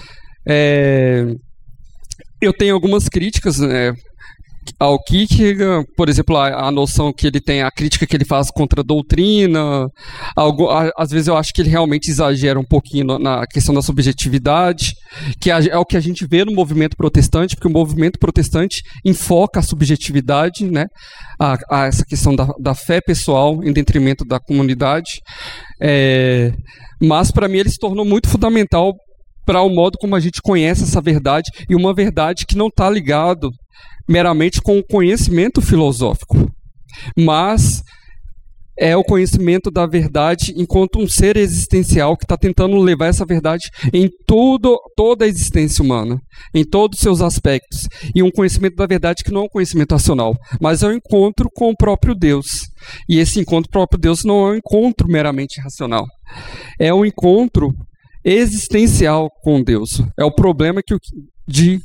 É... Eu tenho algumas críticas, né, ao Kierkegaard, por exemplo, a, a noção que ele tem, a crítica que ele faz contra a doutrina, algo, a, às vezes eu acho que ele realmente exagera um pouquinho na, na questão da subjetividade, que é, é o que a gente vê no movimento protestante, porque o movimento protestante enfoca a subjetividade, né, a, a essa questão da, da fé pessoal em detrimento da comunidade, é, mas para mim ele se tornou muito fundamental para o modo como a gente conhece essa verdade, e uma verdade que não está ligado meramente com o conhecimento filosófico, mas é o conhecimento da verdade enquanto um ser existencial que está tentando levar essa verdade em tudo, toda a existência humana, em todos os seus aspectos, e um conhecimento da verdade que não é um conhecimento racional, mas é um encontro com o próprio Deus, e esse encontro com o próprio Deus não é um encontro meramente racional, é um encontro existencial com Deus. É o problema que, de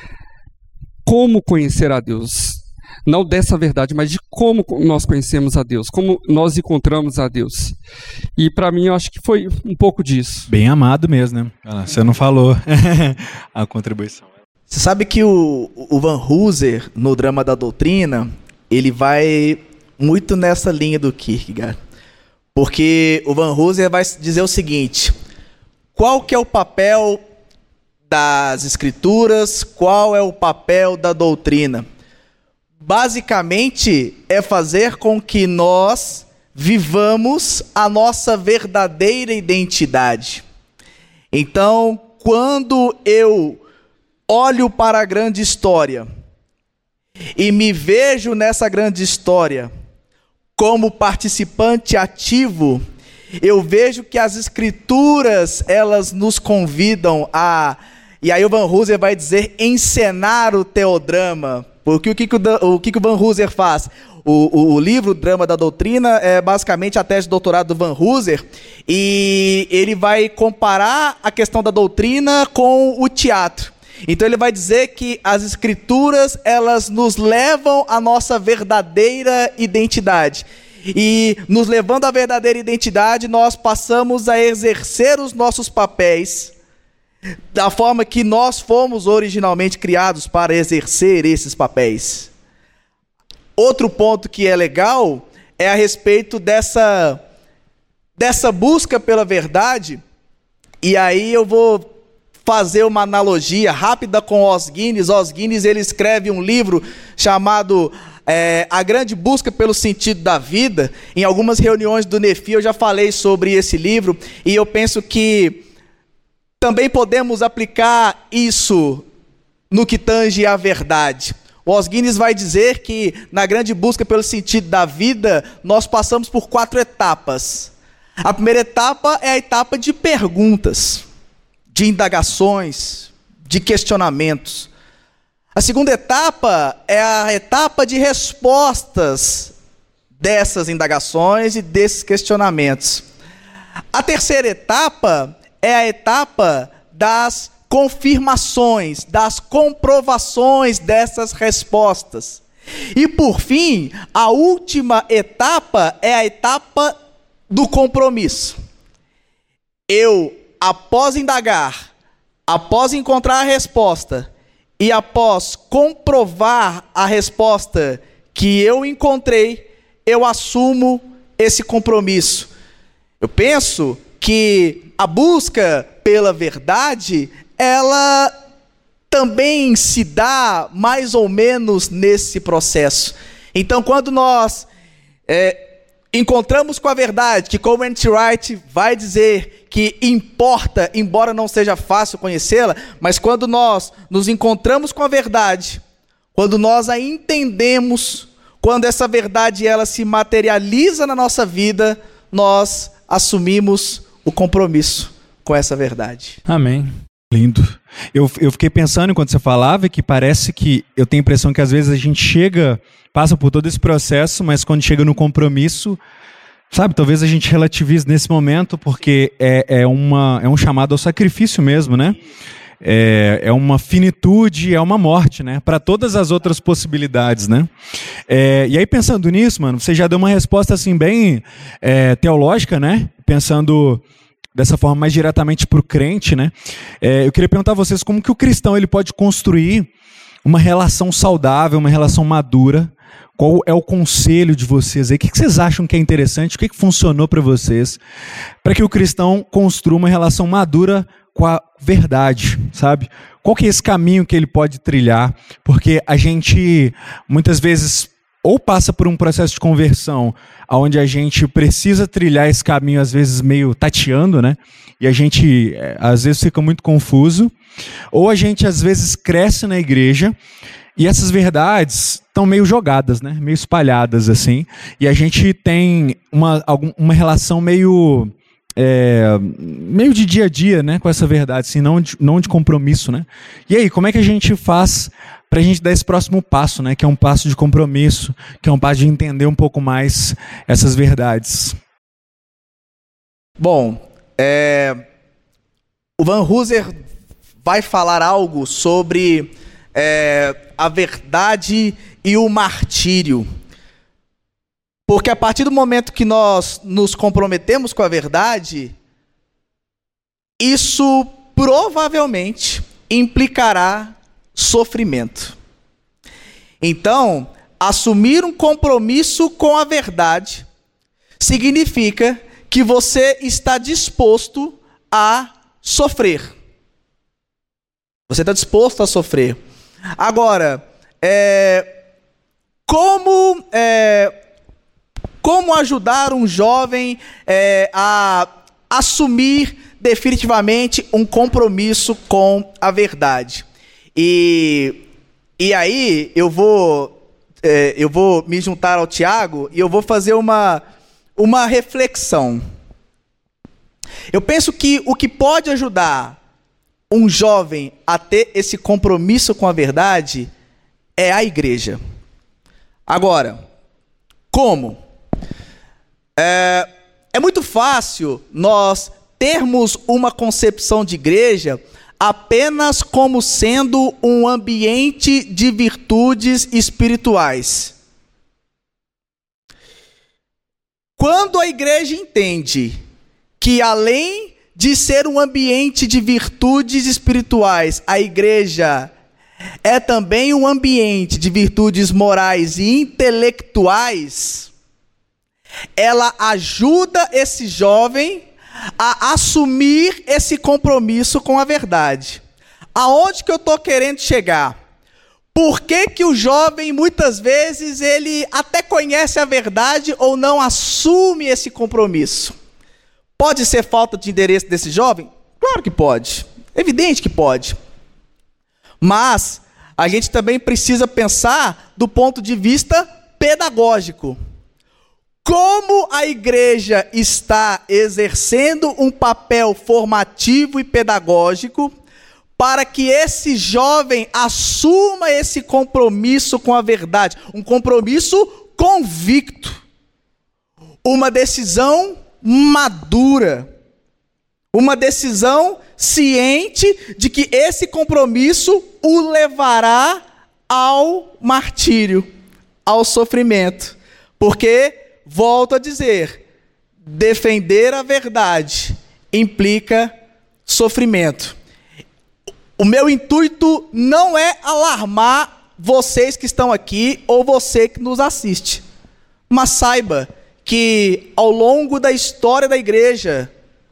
como conhecer a Deus. Não dessa verdade, mas de como nós conhecemos a Deus, como nós encontramos a Deus. E para mim, eu acho que foi um pouco disso. Bem amado mesmo, né? Você não falou a contribuição. Você sabe que o, o Van Hooser, no Drama da Doutrina, ele vai muito nessa linha do Kierkegaard. Porque o Van Hooser vai dizer o seguinte: qual que é o papel das escrituras? Qual é o papel da doutrina? Basicamente, é fazer com que nós vivamos a nossa verdadeira identidade. Então, quando eu olho para a grande história e me vejo nessa grande história como participante ativo, eu vejo que as escrituras, elas nos convidam a, e aí o Van Hooser vai dizer, encenar o teodrama. Porque o que, que, o, o, que, que o Van Hooser faz? O, o, o livro Drama da Doutrina é basicamente a tese de doutorado do Van Hooser, e ele vai comparar a questão da doutrina com o teatro. Então ele vai dizer que as escrituras, elas nos levam à nossa verdadeira identidade. E nos levando à verdadeira identidade, nós passamos a exercer os nossos papéis da forma que nós fomos originalmente criados para exercer esses papéis. Outro ponto que é legal é a respeito dessa, dessa busca pela verdade, e aí eu vou fazer uma analogia rápida com Os Guinness. Os Guinness, ele escreve um livro chamado É, A Grande Busca pelo Sentido da Vida. Em algumas reuniões do Nefi eu já falei sobre esse livro, e eu penso que também podemos aplicar isso no que tange à verdade. O Os Guinness vai dizer que na grande busca pelo sentido da vida, nós passamos por quatro etapas. A primeira etapa é a etapa de perguntas, de indagações, de questionamentos. A segunda etapa é a etapa de respostas dessas indagações e desses questionamentos. A terceira etapa é a etapa das confirmações, das comprovações dessas respostas. E por fim, a última etapa é a etapa do compromisso. Eu, após indagar, após encontrar a resposta e após comprovar a resposta que eu encontrei, eu assumo esse compromisso. Eu penso que a busca pela verdade, ela também se dá mais ou menos nesse processo. Então, quando nós é, encontramos com a verdade, que como N T Wright vai dizer que importa, embora não seja fácil conhecê-la, mas quando nós nos encontramos com a verdade, quando nós a entendemos, quando essa verdade ela se materializa na nossa vida, nós assumimos o compromisso com essa verdade. Amém. Lindo. Eu, eu fiquei pensando enquanto você falava que parece que eu tenho a impressão que às vezes a gente chega, passa por todo esse processo, mas quando chega no compromisso, sabe, talvez a gente relativize nesse momento, porque é, é, uma, é um chamado ao sacrifício mesmo, né? É, é uma finitude, é uma morte, né? Para todas as outras possibilidades, né? É, e aí pensando nisso, mano, você já deu uma resposta assim bem é, teológica, né? Pensando dessa forma mais diretamente para o crente, né? É, eu queria perguntar a vocês como que o cristão ele pode construir uma relação saudável, uma relação madura. Qual é o conselho de vocês aí? O que vocês acham que é interessante? O que funcionou para vocês? Para que o cristão construa uma relação madura com a verdade, sabe? Qual que é esse caminho que ele pode trilhar? Porque a gente, muitas vezes, ou passa por um processo de conversão, onde a gente precisa trilhar esse caminho, às vezes, meio tateando, né? E a gente, às vezes, fica muito confuso. Ou a gente, às vezes, cresce na igreja e essas verdades estão meio jogadas, né? Meio espalhadas, assim. E a gente tem uma, uma relação meio... É, meio de dia a dia, né, com essa verdade, assim, não, de, não de compromisso, né? E aí, como é que a gente faz para a gente dar esse próximo passo, né, que é um passo de compromisso, que é um passo de entender um pouco mais essas verdades? Bom, é, o Van Hooser vai falar algo sobre é, a verdade e o martírio. Porque a partir do momento que nós nos comprometemos com a verdade, isso provavelmente implicará sofrimento. Então, assumir um compromisso com a verdade significa que você está disposto a sofrer. Você está disposto a sofrer. Agora, é, como... É, Como ajudar um jovem é, a assumir definitivamente um compromisso com a verdade? E, e aí eu vou, é, eu vou me juntar ao Tiago e eu vou fazer uma, uma reflexão. Eu penso que o que pode ajudar um jovem a ter esse compromisso com a verdade é a igreja. Agora, como? É, é muito fácil nós termos uma concepção de igreja apenas como sendo um ambiente de virtudes espirituais. Quando a igreja entende que além de ser um ambiente de virtudes espirituais, a igreja é também um ambiente de virtudes morais e intelectuais, ela ajuda esse jovem a assumir esse compromisso com a verdade. Aonde que eu estou querendo chegar? Por que que o jovem, muitas vezes, ele até conhece a verdade ou não assume esse compromisso? Pode ser falta de interesse desse jovem? Claro que pode. Evidente que pode. Mas a gente também precisa pensar do ponto de vista pedagógico. Como a igreja está exercendo um papel formativo e pedagógico para que esse jovem assuma esse compromisso com a verdade, um compromisso convicto, uma decisão madura, Uma decisão ciente de que esse compromisso o levará ao martírio, ao sofrimento. Porque, volto a dizer, defender a verdade implica sofrimento. O meu intuito não é alarmar vocês que estão aqui ou você que nos assiste. Mas saiba que ao longo da história da igreja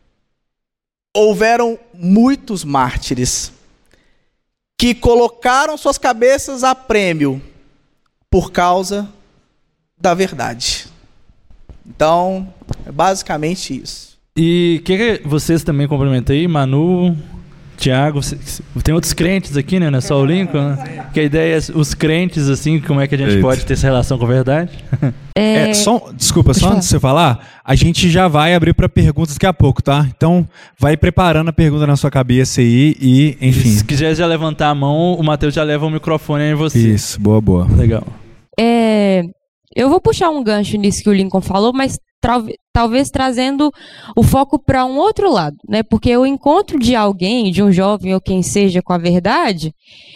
houveram muitos mártires que colocaram suas cabeças a prêmio por causa da verdade. Então, é basicamente isso. E o que, que vocês também complementam aí, Manu, Tiago, tem outros crentes aqui, né? Não é só o Lincoln, né? Que a ideia é os crentes, assim, como é que a gente Eita. pode ter essa relação com a verdade? É, só, desculpa, só antes de você falar, a gente já vai abrir para perguntas daqui a pouco, tá? Então, vai preparando a pergunta na sua cabeça aí e, enfim. Se quiser já levantar a mão, o Matheus já leva o microfone aí em você. Isso, boa, boa. Legal. É, eu vou puxar um gancho nisso que o Lincoln falou, mas talvez trazendo o foco para um outro lado, né? Porque o encontro de alguém, de um jovem ou quem seja com a verdade,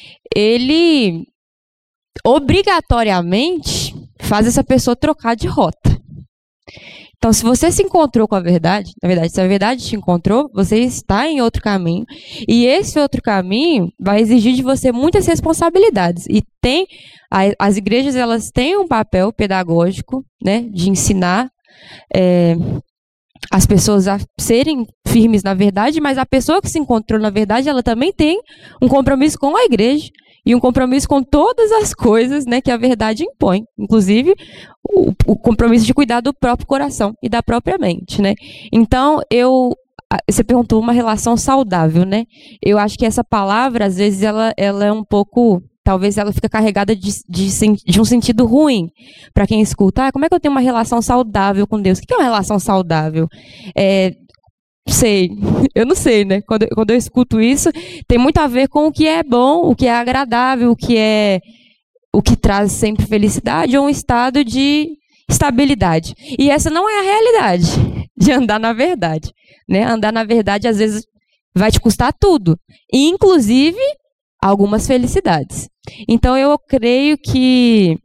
ele obrigatoriamente faz essa pessoa trocar de rota. Então, se você se encontrou com a verdade, na verdade, se a verdade te encontrou, você está em outro caminho. E esse outro caminho vai exigir de você muitas responsabilidades. E tem, as igrejas, elas têm um papel pedagógico, né, de ensinar É, as pessoas a serem firmes na verdade, mas a pessoa que se encontrou na verdade, ela também tem um compromisso com a igreja e um compromisso com todas as coisas, né, que a verdade impõe, inclusive o, o compromisso de cuidar do próprio coração e da própria mente, né? Então, eu você perguntou uma relação saudável, né? Eu acho que essa palavra, às vezes, ela, ela é um pouco... Talvez ela fique carregada de, de, de um sentido ruim para quem escuta. Ah, como é que eu tenho uma relação saudável com Deus? O que é uma relação saudável? É, sei, eu não sei, né? Quando, quando eu escuto isso, tem muito a ver com o que é bom, o que é agradável, o que é o que traz sempre felicidade ou um estado de estabilidade. E essa não é a realidade de andar na verdade, né? Andar na verdade, às vezes, vai te custar tudo, inclusive algumas felicidades. Então, eu creio que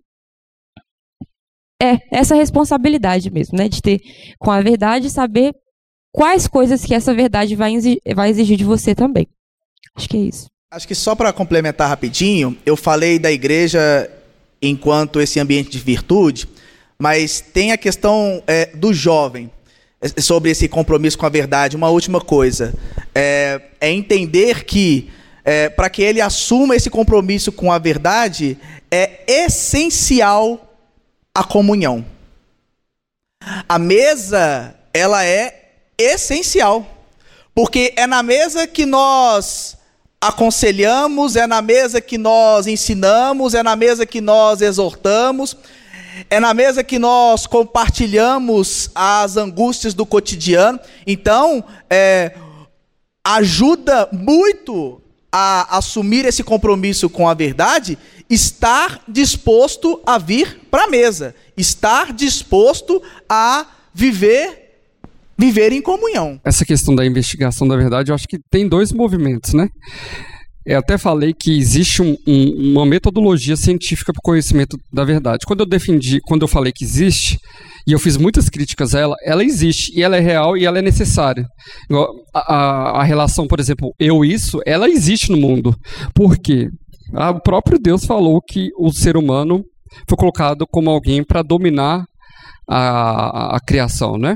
é essa responsabilidade mesmo, né? De ter com a verdade, saber quais coisas que essa verdade vai exigir, vai exigir de você também. Acho que é isso. Acho que só para complementar rapidinho, eu falei da igreja enquanto esse ambiente de virtude, mas tem a questão é, do jovem, sobre esse compromisso com a verdade. Uma última coisa, é, é entender que É, para que ele assuma esse compromisso com a verdade, é essencial a comunhão. A mesa, ela é essencial, porque é na mesa que nós aconselhamos, é na mesa que nós ensinamos, é na mesa que nós exortamos, é na mesa que nós compartilhamos as angústias do cotidiano. Então, é, ajuda muito a assumir esse compromisso com a verdade, estar disposto a vir para a mesa, estar disposto a viver, viver em comunhão. Essa questão da investigação da verdade, eu acho que tem dois movimentos, né? Eu até falei que existe um, um, uma metodologia científica para o conhecimento da verdade. Quando eu defendi, quando eu falei que existe, e eu fiz muitas críticas a ela, ela existe, e ela é real, e ela é necessária. A, a, a relação, por exemplo, eu-isso, ela existe no mundo. Por quê? Ah, o próprio Deus falou que o ser humano foi colocado como alguém para dominar a, a, a criação, né?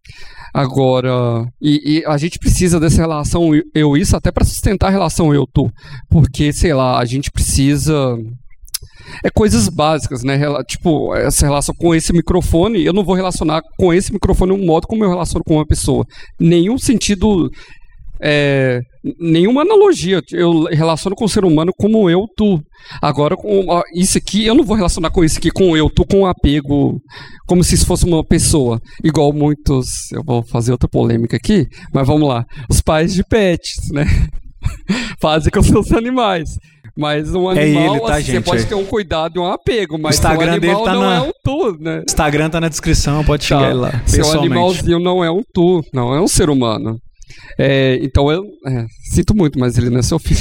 Agora, e, e a gente precisa dessa relação eu-isso até para sustentar a relação eu-tu, porque, sei lá, a gente precisa... É coisas básicas, né? Tipo, essa relação com esse microfone, eu não vou relacionar com esse microfone um modo como eu relaciono com uma pessoa. Nenhum sentido, é, nenhuma analogia. Eu relaciono com o ser humano como eu, tu. Agora, com isso aqui, eu não vou relacionar com isso aqui, com eu, tu, com um apego, como se isso fosse uma pessoa. Igual muitos, eu vou fazer outra polêmica aqui, mas vamos lá. Os pais de pets, né? Fazem com seus animais. Mas um animal, é ele, tá, assim, gente? Você pode ter um cuidado e um apego, mas o Instagram seu animal dele tá não na... é um tu, né? Instagram tá na descrição, pode chegar tá. lá. Seu animalzinho não é um tu, não é um ser humano. É, então eu é, sinto muito, mas ele não é seu filho.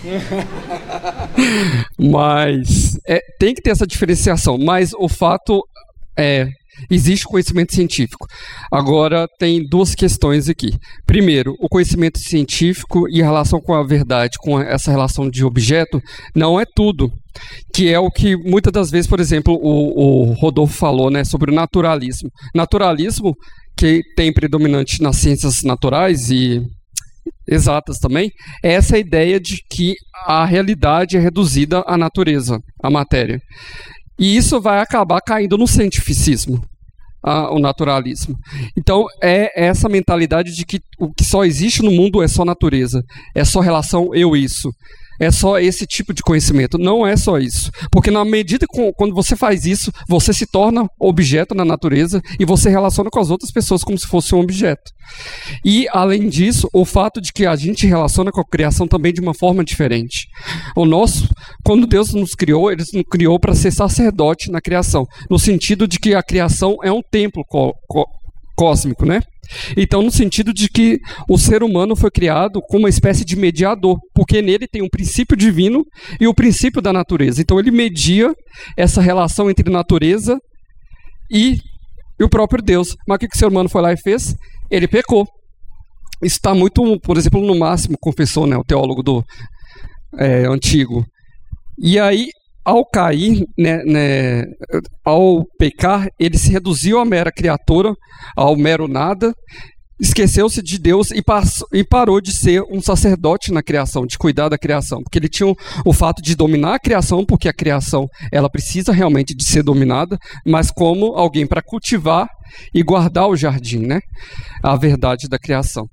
Mas é, tem que ter essa diferenciação. Mas o fato é, existe conhecimento científico. Agora tem duas questões aqui. Primeiro, o conhecimento científico e a relação com a verdade, com essa relação de objeto, não é tudo. Que é o que muitas das vezes, por exemplo, o, o Rodolfo falou, né, sobre o naturalismo. Naturalismo, que tem predominante nas ciências naturais e exatas também, é essa ideia de que a realidade é reduzida à natureza, à matéria. E isso vai acabar caindo no cientificismo, a, o naturalismo. Então, é essa mentalidade de que o que só existe no mundo é só natureza, é só relação eu-isso. É só esse tipo de conhecimento. Não é só isso. Porque na medida que quando você faz isso, você se torna objeto na natureza e você relaciona com as outras pessoas como se fosse um objeto. E, além disso, o fato de que a gente relaciona com a criação também de uma forma diferente. O nosso, quando Deus nos criou, Ele nos criou para ser sacerdote na criação. No sentido de que a criação é um templo có- có- cósmico, né? Então, no sentido de que o ser humano foi criado como uma espécie de mediador, porque nele tem um princípio divino e o princípio da natureza. Então, ele media essa relação entre natureza e, e o próprio Deus. Mas o que o ser humano foi lá e fez? Ele pecou. Isso está muito, por exemplo, no Máximo confessou, né, o teólogo do é, antigo. E aí, ao cair, né, né, ao pecar, ele se reduziu à mera criatura, ao mero nada, esqueceu-se de Deus e, passou, e parou de ser um sacerdote na criação, de cuidar da criação, porque ele tinha o, o fato de dominar a criação, porque a criação ela precisa realmente de ser dominada, mas como alguém para cultivar e guardar o jardim, né, a verdade da criação.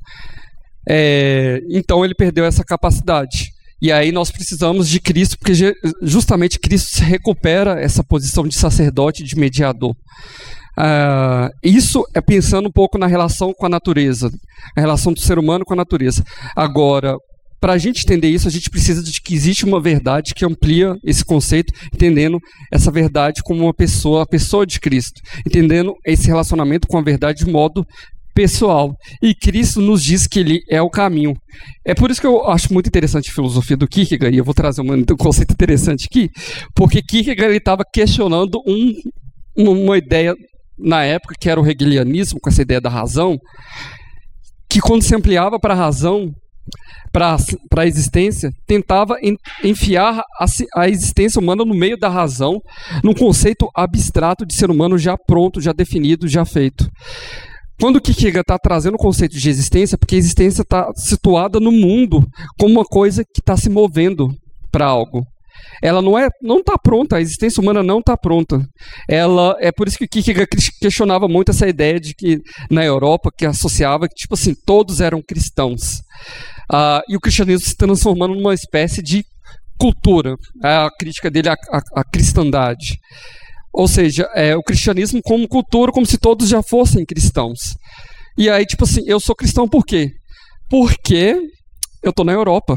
É, então ele perdeu essa capacidade. E aí nós precisamos de Cristo, porque justamente Cristo recupera essa posição de sacerdote, de mediador. Uh, isso é pensando um pouco na relação com a natureza, a relação do ser humano com a natureza. Agora, para a gente entender isso, a gente precisa de que existe uma verdade que amplia esse conceito, entendendo essa verdade como uma pessoa, a pessoa de Cristo, entendendo esse relacionamento com a verdade de modo pessoal. E Cristo nos diz que ele é o caminho. É por isso que eu acho muito interessante a filosofia do Kierkegaard, e eu vou trazer um conceito interessante aqui, porque Kierkegaard estava questionando um, uma ideia na época que era o hegelianismo, com essa ideia da razão, que quando se ampliava para a razão, para a existência, tentava enfiar a, a existência humana no meio da razão, num conceito abstrato de ser humano já pronto, já definido, já feito. Quando o Kierkegaard está trazendo o conceito de existência, porque a existência está situada no mundo como uma coisa que está se movendo para algo. Ela não é, não está pronta, a existência humana não está pronta. Ela, é por isso que o Kierkegaard questionava muito essa ideia de que na Europa, que associava que tipo assim, todos eram cristãos. Uh, e o cristianismo se transformando numa espécie de cultura. A crítica dele à, à, à cristandade. Ou seja, é, o cristianismo como cultura, como se todos já fossem cristãos. E aí, tipo assim, eu sou cristão por quê? Porque eu tô na Europa.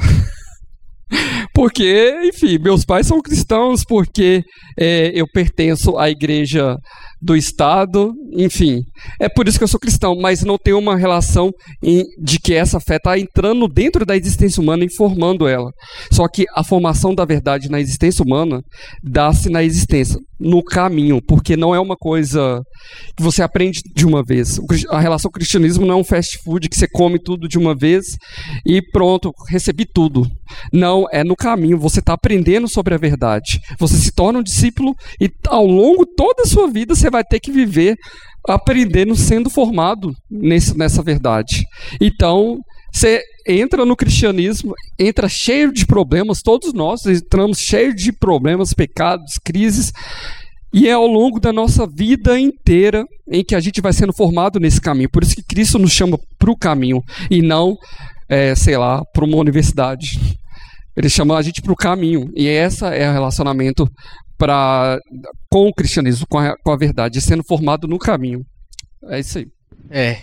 Porque, enfim, meus pais são cristãos, porque é, eu pertenço à igreja do Estado, enfim. É por isso que eu sou cristão, mas não tem uma relação em, de que essa fé está entrando dentro da existência humana e formando ela. Só que a formação da verdade na existência humana dá-se na existência, no caminho, porque não é uma coisa que você aprende de uma vez. A relação com o cristianismo não é um fast food que você come tudo de uma vez e pronto, recebi tudo. Não, é no caminho, você está aprendendo sobre a verdade. Você se torna um discípulo e ao longo de toda a sua vida você vai ter que viver aprendendo, sendo formado nesse, nessa verdade. Então, você entra no cristianismo, entra cheio de problemas, todos nós entramos cheio de problemas, pecados, crises, e é ao longo da nossa vida inteira em que a gente vai sendo formado nesse caminho. Por isso que Cristo nos chama para o caminho e não, é, sei lá, para uma universidade. Ele chama a gente para o caminho, e esse é o relacionamento pra, com o cristianismo, com a, com a verdade, sendo formado no caminho. É isso aí. É.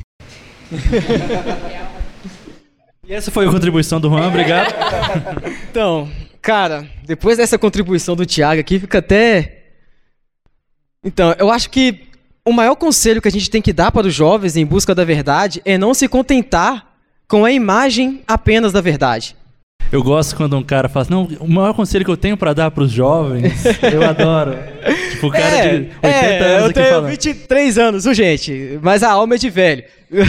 E essa foi a contribuição do Juan, obrigado. Então, cara, depois dessa contribuição do Thiago aqui, fica até... Então, eu acho que o maior conselho que a gente tem que dar para os jovens em busca da verdade é não se contentar com a imagem apenas da verdade. Eu gosto quando um cara fala assim, não, o maior conselho que eu tenho para dar para os jovens, eu adoro. Tipo, o cara é, de oitenta é, anos eu aqui tenho falando. vinte e três anos, viu, gente? Mas a alma é de velho.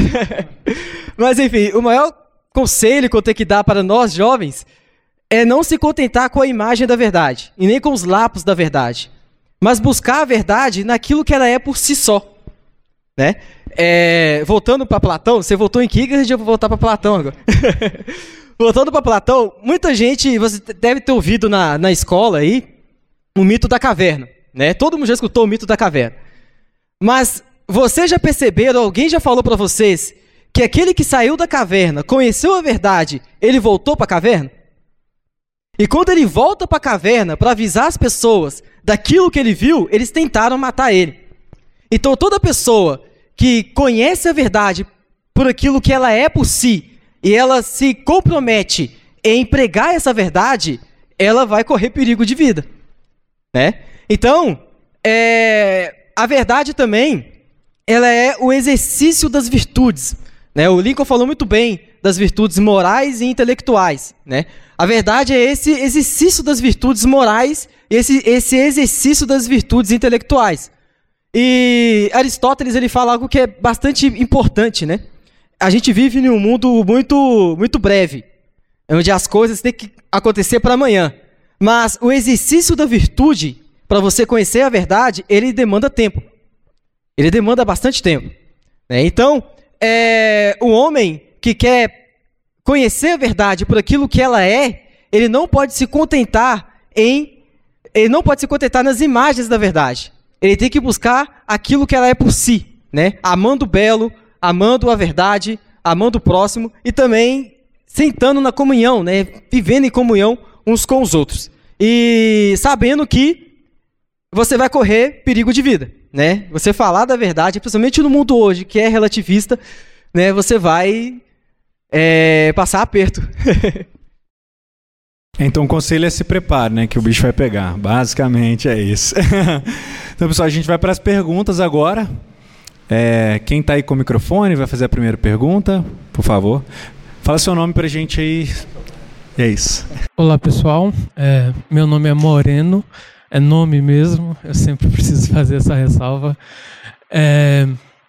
Mas, enfim, o maior conselho que eu tenho que dar para nós jovens é não se contentar com a imagem da verdade, e nem com os lapos da verdade, mas buscar a verdade naquilo que ela é por si só. Né? É, voltando para Platão, você voltou em Kierkegaard, eu vou voltar para Platão agora. Voltando para Platão, muita gente, você deve ter ouvido na, na escola aí, o mito da caverna, né? Todo mundo já escutou o mito da caverna. Mas vocês já perceberam, alguém já falou para vocês, que aquele que saiu da caverna, conheceu a verdade, ele voltou para a caverna? E quando ele volta para a caverna para avisar as pessoas daquilo que ele viu, eles tentaram matar ele. Então toda pessoa que conhece a verdade por aquilo que ela é por si, e ela se compromete em pregar essa verdade, ela vai correr perigo de vida. Né? Então, é, a verdade também, ela é o exercício das virtudes. Né? O Lincoln falou muito bem das virtudes morais e intelectuais. Né? A verdade é esse exercício das virtudes morais e esse, esse exercício das virtudes intelectuais. E Aristóteles ele fala algo que é bastante importante, né? A gente vive em um mundo muito, muito breve, onde as coisas têm que acontecer para amanhã. Mas o exercício da virtude, para você conhecer a verdade, ele demanda tempo. Ele demanda bastante tempo. Né? Então, é, o homem que quer conhecer a verdade por aquilo que ela é, ele não pode se contentar em, ele não pode se contentar nas imagens da verdade. Ele tem que buscar aquilo que ela é por si, né? Amando o belo, amando a verdade, amando o próximo e também sentando na comunhão, né? Vivendo em comunhão uns com os outros. E sabendo que você vai correr perigo de vida, né? Você falar da verdade, principalmente no mundo hoje, que é relativista, né? Você vai é, passar aperto. Então o conselho é se prepare, né? Que o bicho vai pegar. Basicamente é isso. Então, pessoal, a gente vai para as perguntas agora. É, quem está aí com o microfone vai fazer a primeira pergunta, por favor. Fala seu nome para a gente aí. E é isso. Olá, pessoal. É, meu nome é Moreno. É nome mesmo. Eu sempre preciso fazer essa ressalva. É,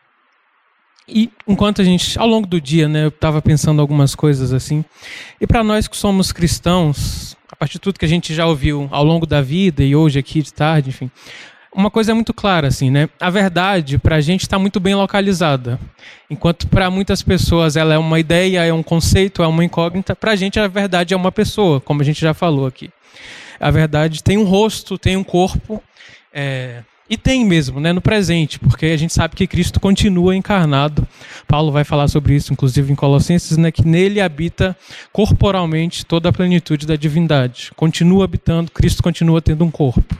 e enquanto a gente, ao longo do dia, né, eu estava pensando algumas coisas assim. E para nós que somos cristãos, a partir de tudo que a gente já ouviu ao longo da vida e hoje aqui de tarde, enfim, uma coisa é muito clara, assim, né? A verdade, para a gente, está muito bem localizada. Enquanto para muitas pessoas ela é uma ideia, é um conceito, é uma incógnita, para a gente a verdade é uma pessoa, como a gente já falou aqui. A verdade tem um rosto, tem um corpo, é, e tem mesmo, né, no presente, porque a gente sabe que Cristo continua encarnado. Paulo vai falar sobre isso, inclusive em Colossenses, né, que nele habita corporalmente toda a plenitude da divindade. Continua habitando, Cristo continua tendo um corpo.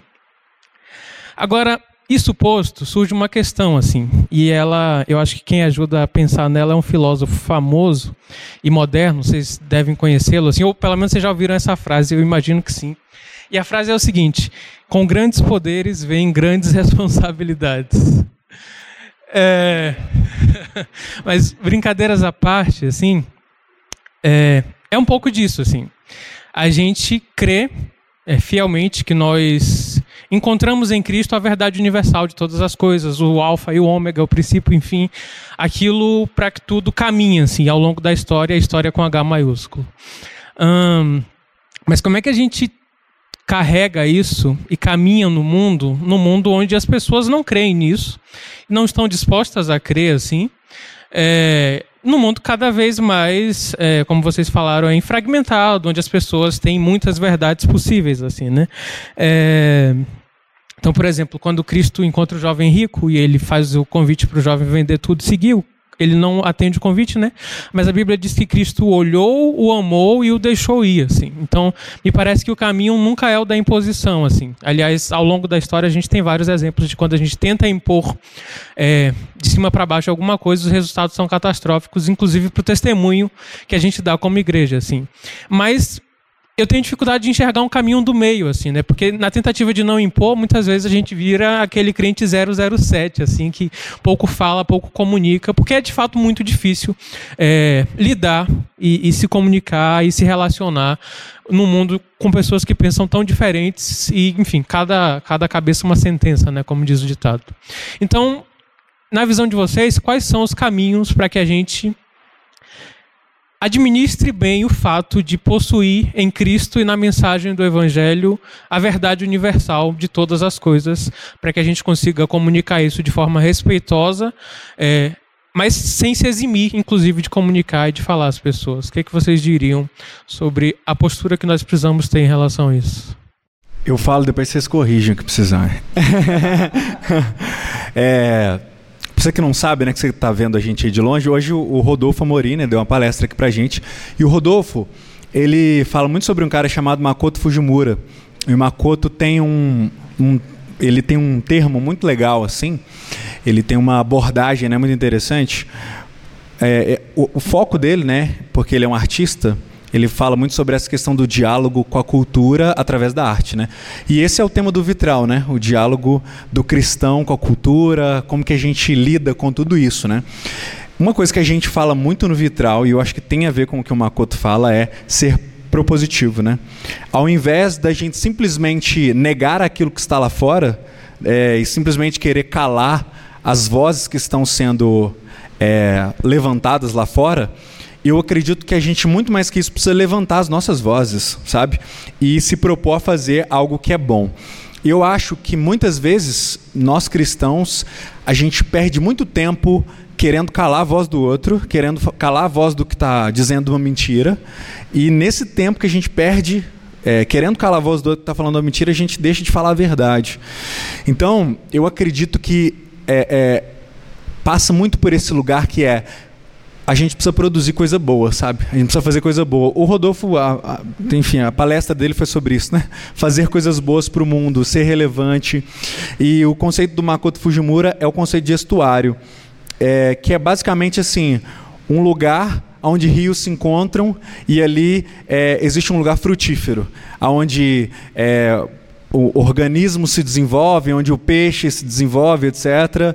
Agora, isso posto, surge uma questão, assim, e ela, eu acho que quem ajuda a pensar nela é um filósofo famoso e moderno, vocês devem conhecê-lo, assim, ou pelo menos vocês já ouviram essa frase, eu imagino que sim. E a frase é o seguinte: com grandes poderes vêm grandes responsabilidades. É... Mas, brincadeiras à parte, assim, é... é um pouco disso, assim. A gente crê é, fielmente que nós encontramos em Cristo a verdade universal de todas as coisas, o alfa e o ômega, o princípio, enfim, aquilo para que tudo caminhe assim, ao longo da história, a história com H maiúsculo. Hum, mas como é que a gente carrega isso e caminha no mundo, no mundo onde as pessoas não creem nisso, não estão dispostas a crer assim, é, no mundo cada vez mais, é, como vocês falaram, é fragmentado, onde as pessoas têm muitas verdades possíveis, assim, né? É, então, por exemplo, quando Cristo encontra o jovem rico e ele faz o convite para o jovem vender tudo e seguir, ele não atende o convite, né? Mas a Bíblia diz que Cristo olhou, o amou e o deixou ir, assim. Então, me parece que o caminho nunca é o da imposição, assim. Aliás, ao longo da história, a gente tem vários exemplos de quando a gente tenta impor é, de cima para baixo alguma coisa, os resultados são catastróficos, inclusive para o testemunho que a gente dá como igreja, assim. Mas eu tenho dificuldade de enxergar um caminho do meio, assim, né? Porque na tentativa de não impor, muitas vezes a gente vira aquele crente zero zero sete, assim, que pouco fala, pouco comunica, porque é de fato muito difícil é, lidar e, e se comunicar e se relacionar num mundo com pessoas que pensam tão diferentes e, enfim, cada, cada cabeça uma sentença, né? Como diz o ditado. Então, na visão de vocês, quais são os caminhos para que a gente administre bem o fato de possuir em Cristo e na mensagem do Evangelho a verdade universal de todas as coisas, para que a gente consiga comunicar isso de forma respeitosa, é, mas sem se eximir, inclusive, de comunicar e de falar às pessoas. O que, é que vocês diriam sobre a postura que nós precisamos ter em relação a isso? Eu falo, depois vocês corrigem o que precisarem. é... Você que não sabe, né, que você está vendo a gente aí de longe, hoje o Rodolfo Amorim, né, deu uma palestra aqui pra gente. E o Rodolfo, ele fala muito sobre um cara chamado Makoto Fujimura. E o Makoto tem um, um, ele tem um termo muito legal, assim. Ele tem uma abordagem, né, muito interessante. É, é, o, o foco dele, né, porque ele é um artista, ele fala muito sobre essa questão do diálogo com a cultura através da arte, né? E esse é o tema do Vitral, né? O diálogo do cristão com a cultura, como que a gente lida com tudo isso, né? Uma coisa que a gente fala muito no Vitral, e eu acho que tem a ver com o que o Makoto fala, é ser propositivo, né? Ao invés da gente simplesmente negar aquilo que está lá fora, é, e simplesmente querer calar as vozes que estão sendo é, levantadas lá fora, eu acredito que a gente, muito mais que isso, precisa levantar as nossas vozes, sabe? E se propor a fazer algo que é bom. Eu acho que muitas vezes, nós cristãos, a gente perde muito tempo querendo calar a voz do outro, querendo calar a voz do que está dizendo uma mentira. E nesse tempo que a gente perde, é, querendo calar a voz do outro que está falando uma mentira, a gente deixa de falar a verdade. Então, eu acredito que é, é, passa muito por esse lugar que é... a gente precisa produzir coisa boa, sabe? A gente precisa fazer coisa boa. O Rodolfo, a, a, enfim, a palestra dele foi sobre isso, né? Fazer coisas boas para o mundo, ser relevante. E o conceito do Makoto Fujimura é o conceito de estuário, é, que é basicamente assim, um lugar onde rios se encontram e ali é, existe um lugar frutífero, onde é, o organismo se desenvolve, onde o peixe se desenvolve, etcétera.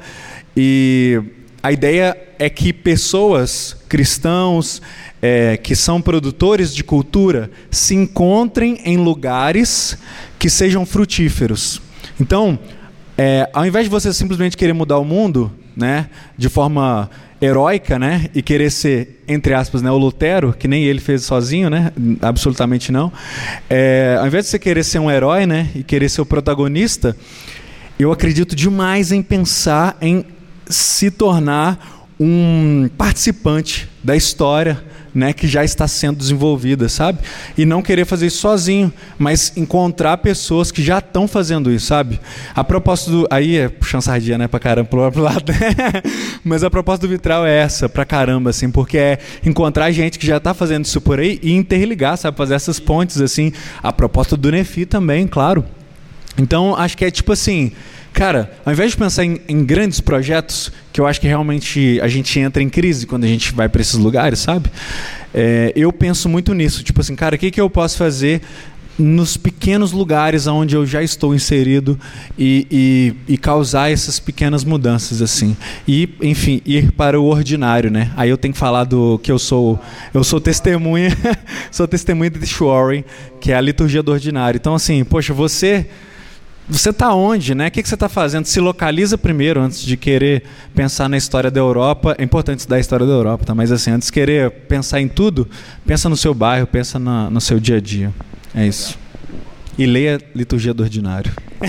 E a ideia é que pessoas, cristãos, é, que são produtores de cultura, se encontrem em lugares que sejam frutíferos. Então, é, ao invés de você simplesmente querer mudar o mundo, né, de forma heróica, né, e querer ser, entre aspas, né, o Lutero, que nem ele fez sozinho, né, absolutamente não, é, ao invés de você querer ser um herói, né, e querer ser o protagonista, eu acredito demais em pensar em se tornar um participante da história, né, que já está sendo desenvolvida, sabe? E não querer fazer isso sozinho, mas encontrar pessoas que já estão fazendo isso, sabe? A proposta do... Aí é puxando sardinha, né, pra caramba, pro outro lado. Mas a proposta do Vitral é essa, pra caramba, assim, porque é encontrar gente que já está fazendo isso por aí e interligar, sabe? Fazer essas pontes, assim. A proposta do Nefi também, claro. Então, acho que é tipo assim... Cara, ao invés de pensar em, em grandes projetos, que eu acho que realmente a gente entra em crise quando a gente vai para esses lugares, sabe? É, eu penso muito nisso. Tipo assim, cara, o que, que eu posso fazer nos pequenos lugares onde eu já estou inserido e, e, e causar essas pequenas mudanças, assim. E, enfim, ir para o ordinário, né? Aí eu tenho que falar do que eu sou... Eu sou testemunha, sou testemunha de Shoring, que é a liturgia do ordinário. Então, assim, poxa, você... Você está onde, né? O que, que você está fazendo? Se localiza primeiro, antes de querer pensar na história da Europa. É importante estudar a história da Europa, tá? Mas assim, antes de querer pensar em tudo, pensa no seu bairro, pensa na, no seu dia a dia. É isso. E leia a liturgia do ordinário.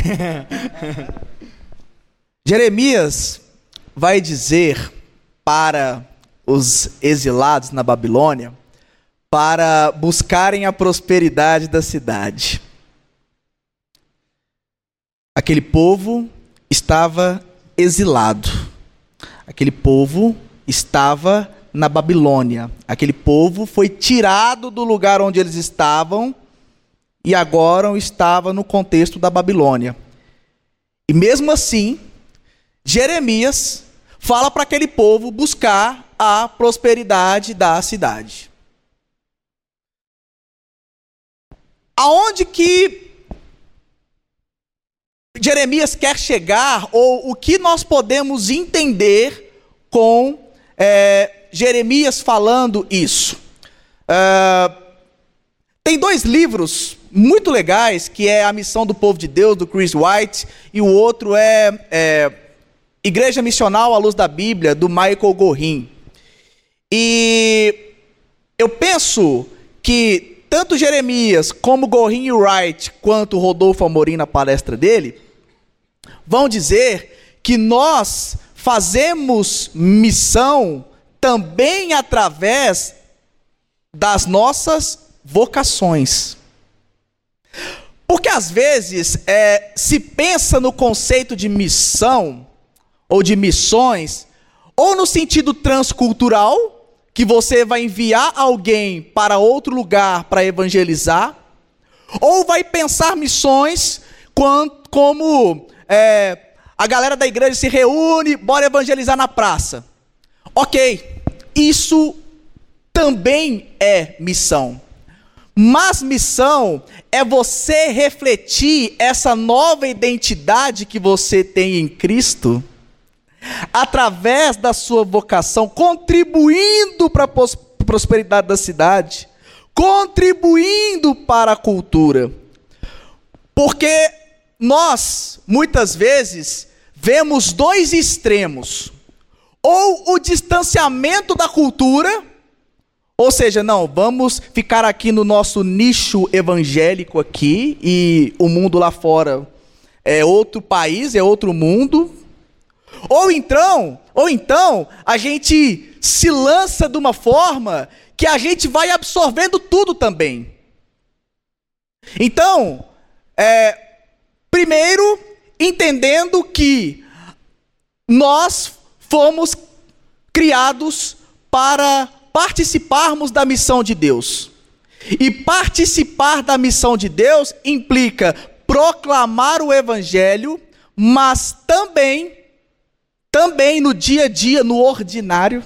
Jeremias vai dizer para os exilados na Babilônia para buscarem a prosperidade da cidade. Aquele povo estava exilado. Aquele povo estava na Babilônia. Aquele povo foi tirado do lugar onde eles estavam e agora estava no contexto da Babilônia. E mesmo assim, Jeremias fala para aquele povo buscar a prosperidade da cidade. aonde que Jeremias quer chegar, ou o que nós podemos entender com é, Jeremias falando isso? Uh, tem dois livros muito legais, que é A Missão do Povo de Deus, do Chris White, e o outro é, é Igreja Missional à Luz da Bíblia, do Michael Gorin. E eu penso que tanto Jeremias, como Gorin e Wright, quanto Rodolfo Amorim na palestra dele, vão dizer que nós fazemos missão também através das nossas vocações. Porque às vezes é, se pensa no conceito de missão, ou de missões, ou no sentido transcultural, que você vai enviar alguém para outro lugar para evangelizar, ou vai pensar missões como é, a galera da igreja se reúne, bora evangelizar na praça. Ok, isso também é missão. Mas missão é você refletir essa nova identidade que você tem em Cristo, através da sua vocação, contribuindo para a prosperidade da cidade, contribuindo para a cultura. Porque nós, muitas vezes, vemos dois extremos. Ou o distanciamento da cultura, ou seja, não, vamos ficar aqui no nosso nicho evangélico aqui, e o mundo lá fora é outro país, é outro mundo. Ou então, ou então, a gente se lança de uma forma que a gente vai absorvendo tudo também. Então, é, primeiro, entendendo que nós fomos criados para participarmos da missão de Deus. E participar da missão de Deus implica proclamar o evangelho, mas também Também no dia a dia, no ordinário,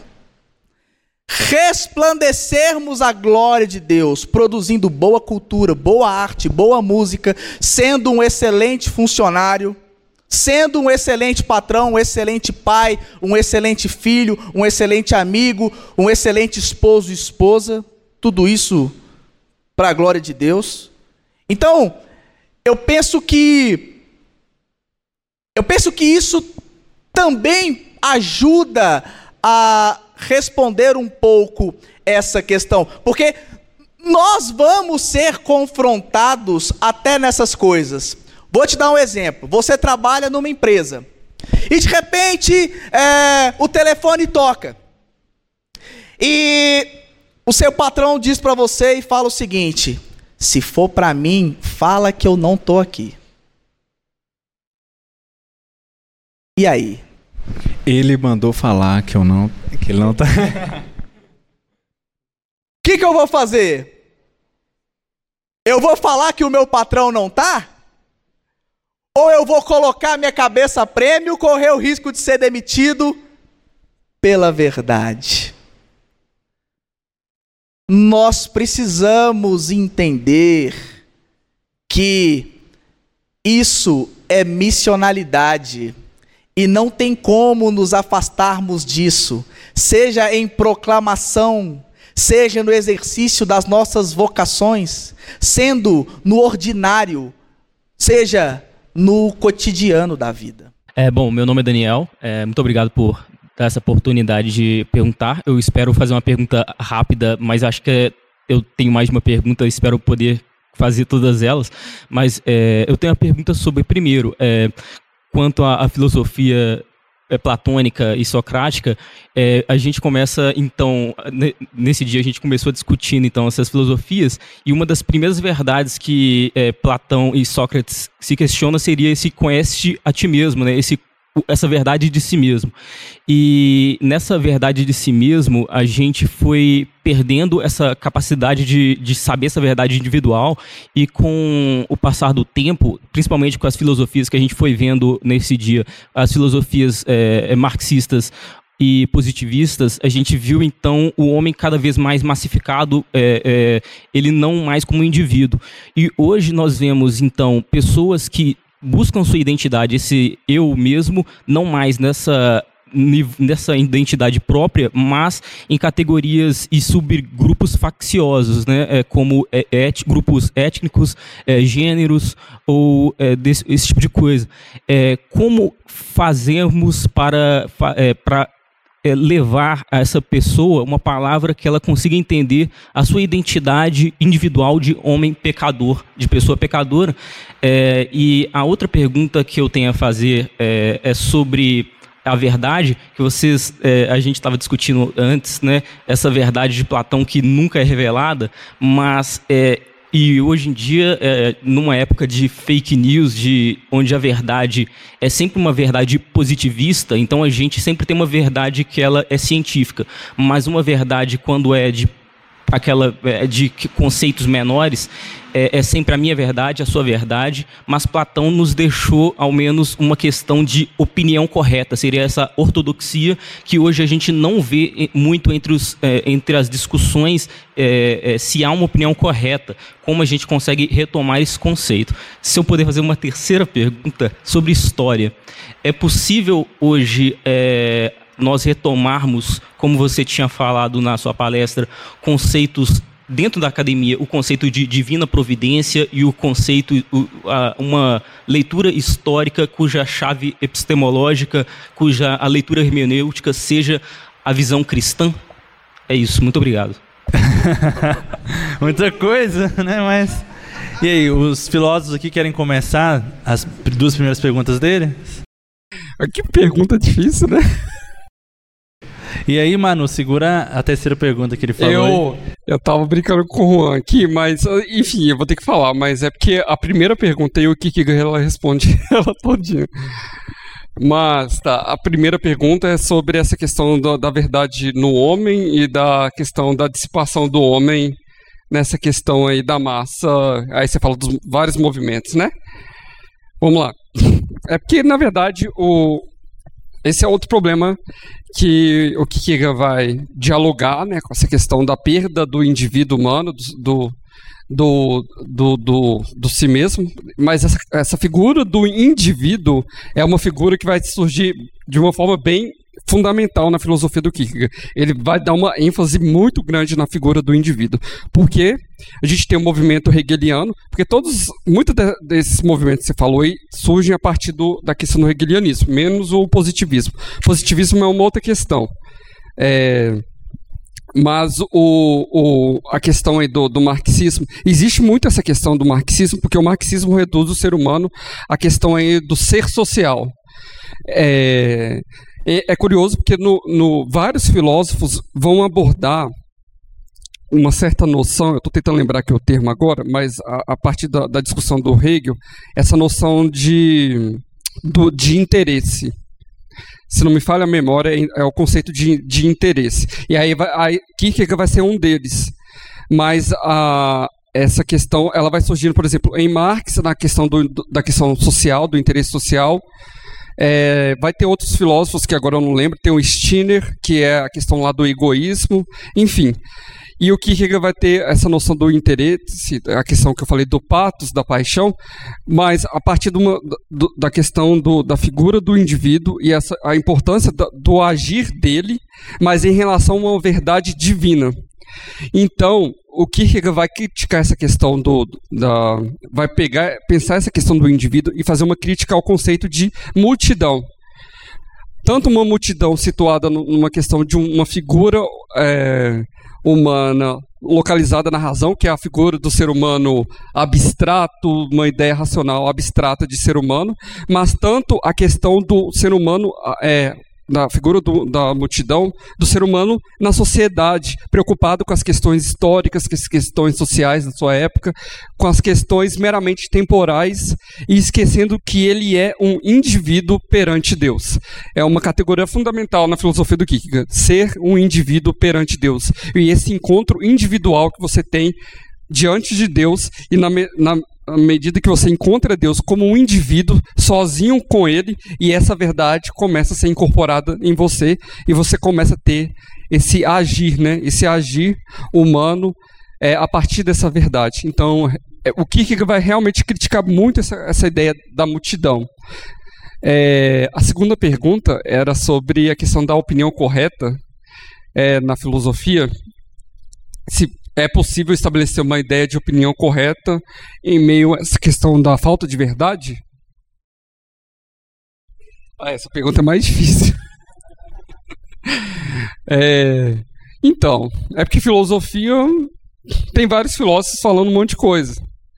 resplandecermos a glória de Deus, produzindo boa cultura, boa arte, boa música, sendo um excelente funcionário, sendo um excelente patrão, um excelente pai, um excelente filho, um excelente amigo, um excelente esposo e esposa, tudo isso para a glória de Deus. Então, eu penso que, eu penso que isso também ajuda a responder um pouco essa questão, porque nós vamos ser confrontados até nessas coisas. Vou te dar um exemplo. Você trabalha numa empresa e de repente é, o telefone toca e o seu patrão diz para você e fala o seguinte: se for para mim, fala que eu não tô aqui. E aí? Ele mandou falar que eu não, que ele não tá. O que que eu vou fazer? Eu vou falar que o meu patrão não tá? Ou eu vou colocar minha cabeça a prêmio, correr o risco de ser demitido pela verdade? Nós precisamos entender que isso é missionalidade. E não tem como nos afastarmos disso, seja em proclamação, seja no exercício das nossas vocações, sendo no ordinário, seja no cotidiano da vida. É, bom, meu nome é Daniel, é, muito obrigado por dar essa oportunidade de perguntar. Eu espero fazer uma pergunta rápida, mas acho que eu tenho mais de uma pergunta, eu espero poder fazer todas elas. Mas é, eu tenho uma pergunta sobre, primeiro, é, quanto à, à filosofia é, platônica e socrática, é, a gente começa, então, ne, nesse dia a gente começou discutindo, então, essas filosofias, e uma das primeiras verdades que é, Platão e Sócrates se questionam seria esse conhece a ti mesmo, né? Esse, essa verdade de si mesmo. E nessa verdade de si mesmo, a gente foi perdendo essa capacidade de, de saber essa verdade individual, e com o passar do tempo, principalmente com as filosofias que a gente foi vendo nesse dia, as filosofias é, marxistas e positivistas, a gente viu então o homem cada vez mais massificado, é, é, ele não mais como um indivíduo. E hoje nós vemos então pessoas que buscam sua identidade, esse eu mesmo, não mais nessa nessa identidade própria, mas em categorias e subgrupos facciosos, né, é, como é, et, grupos étnicos, é, gêneros ou é, desse, esse tipo de coisa. É, como fazermos para, é, para é, levar a essa pessoa uma palavra que ela consiga entender a sua identidade individual de homem pecador, de pessoa pecadora? É, e a outra pergunta que eu tenho a fazer é, é sobre a verdade, que vocês, é, a gente estava discutindo antes, né, essa verdade de Platão que nunca é revelada, mas, é, e hoje em dia, é, numa época de fake news, de, onde a verdade é sempre uma verdade positivista, então a gente sempre tem uma verdade que ela é científica, mas uma verdade quando é de aquela de conceitos menores, é, é sempre a minha verdade, a sua verdade, mas Platão nos deixou, ao menos, uma questão de opinião correta, seria essa ortodoxia que hoje a gente não vê muito entre, os, é, entre as discussões, é, é, se há uma opinião correta, como a gente consegue retomar esse conceito. Se eu puder fazer uma terceira pergunta sobre história, é possível hoje é, nós retomarmos, como você tinha falado na sua palestra, conceitos dentro da academia, o conceito de divina providência e o conceito, uma leitura histórica cuja chave epistemológica, cuja a leitura hermenêutica seja a visão cristã? É isso, muito obrigado. Muita coisa, né? Mas e aí, os filósofos aqui querem começar as duas primeiras perguntas dele? Que pergunta difícil, né? E aí, Manu, segura a terceira pergunta que ele falou. Eu, eu tava brincando com o Juan aqui, mas, enfim, eu vou ter que falar, mas é porque a primeira pergunta aí o Kiki ela responde ela todinha. Mas, tá, a primeira pergunta é sobre essa questão da, da verdade no homem e da questão da dissipação do homem nessa questão aí da massa. Aí você fala dos vários movimentos, né? Vamos lá. É porque, na verdade, o... esse é outro problema que o Kierkegaard vai dialogar, né, com essa questão da perda do indivíduo humano, do, do, do, do, do si mesmo, mas essa, essa figura do indivíduo é uma figura que vai surgir de uma forma bem fundamental na filosofia do Kierkegaard. Ele vai dar uma ênfase muito grande na figura do indivíduo. Porque a gente tem o movimento hegeliano, porque todos, muitos de, desses movimentos que você falou aí surgem a partir do, da questão do hegelianismo, menos o positivismo. O positivismo é uma outra questão. É, mas o, o, a questão aí do, do marxismo, existe muito essa questão do marxismo, porque o marxismo reduz o ser humano à questão aí do ser social. É... É curioso porque no, no, vários filósofos vão abordar uma certa noção, eu estou tentando lembrar aqui o termo agora, mas a, a partir da, da discussão do Hegel, essa noção de, do, de interesse. Se não me falha a memória, é, é o conceito de, de interesse. E aí, vai, aí Kierkegaard vai ser um deles. Mas a, essa questão ela vai surgindo, por exemplo, em Marx, na questão do, da questão social, do interesse social. É, vai ter outros filósofos que agora eu não lembro, tem o Stirner, que é a questão lá do egoísmo, enfim. E o Kierkegaard vai ter essa noção do interesse, a questão que eu falei do pathos, da paixão, mas a partir de uma, do, da questão do, da figura do indivíduo e essa, a importância do, do agir dele, mas em relação a uma verdade divina. Então, o Kierkegaard vai criticar essa questão do, da, vai pegar, pensar essa questão do indivíduo e fazer uma crítica ao conceito de multidão. Tanto uma multidão situada numa questão de uma figura é, humana localizada na razão, que é a figura do ser humano abstrato, uma ideia racional abstrata de ser humano, mas tanto a questão do ser humano é, da figura do, da multidão, do ser humano na sociedade, preocupado com as questões históricas, com as questões sociais da sua época, com as questões meramente temporais e esquecendo que ele é um indivíduo perante Deus. É uma categoria fundamental na filosofia do Kierkegaard, ser um indivíduo perante Deus. E esse encontro individual que você tem diante de Deus e na, na à medida que você encontra Deus como um indivíduo, sozinho com Ele, e essa verdade começa a ser incorporada em você, e você começa a ter esse agir, né? Esse agir humano é, a partir dessa verdade. Então, é, o Kierkegaard vai realmente criticar muito essa, essa ideia da multidão. É, a segunda pergunta era sobre a questão da opinião correta é, na filosofia. Se é possível estabelecer uma ideia de opinião correta em meio a essa questão da falta de verdade? Ah, essa pergunta é mais difícil. é, então, é porque filosofia tem vários filósofos falando um monte de coisa.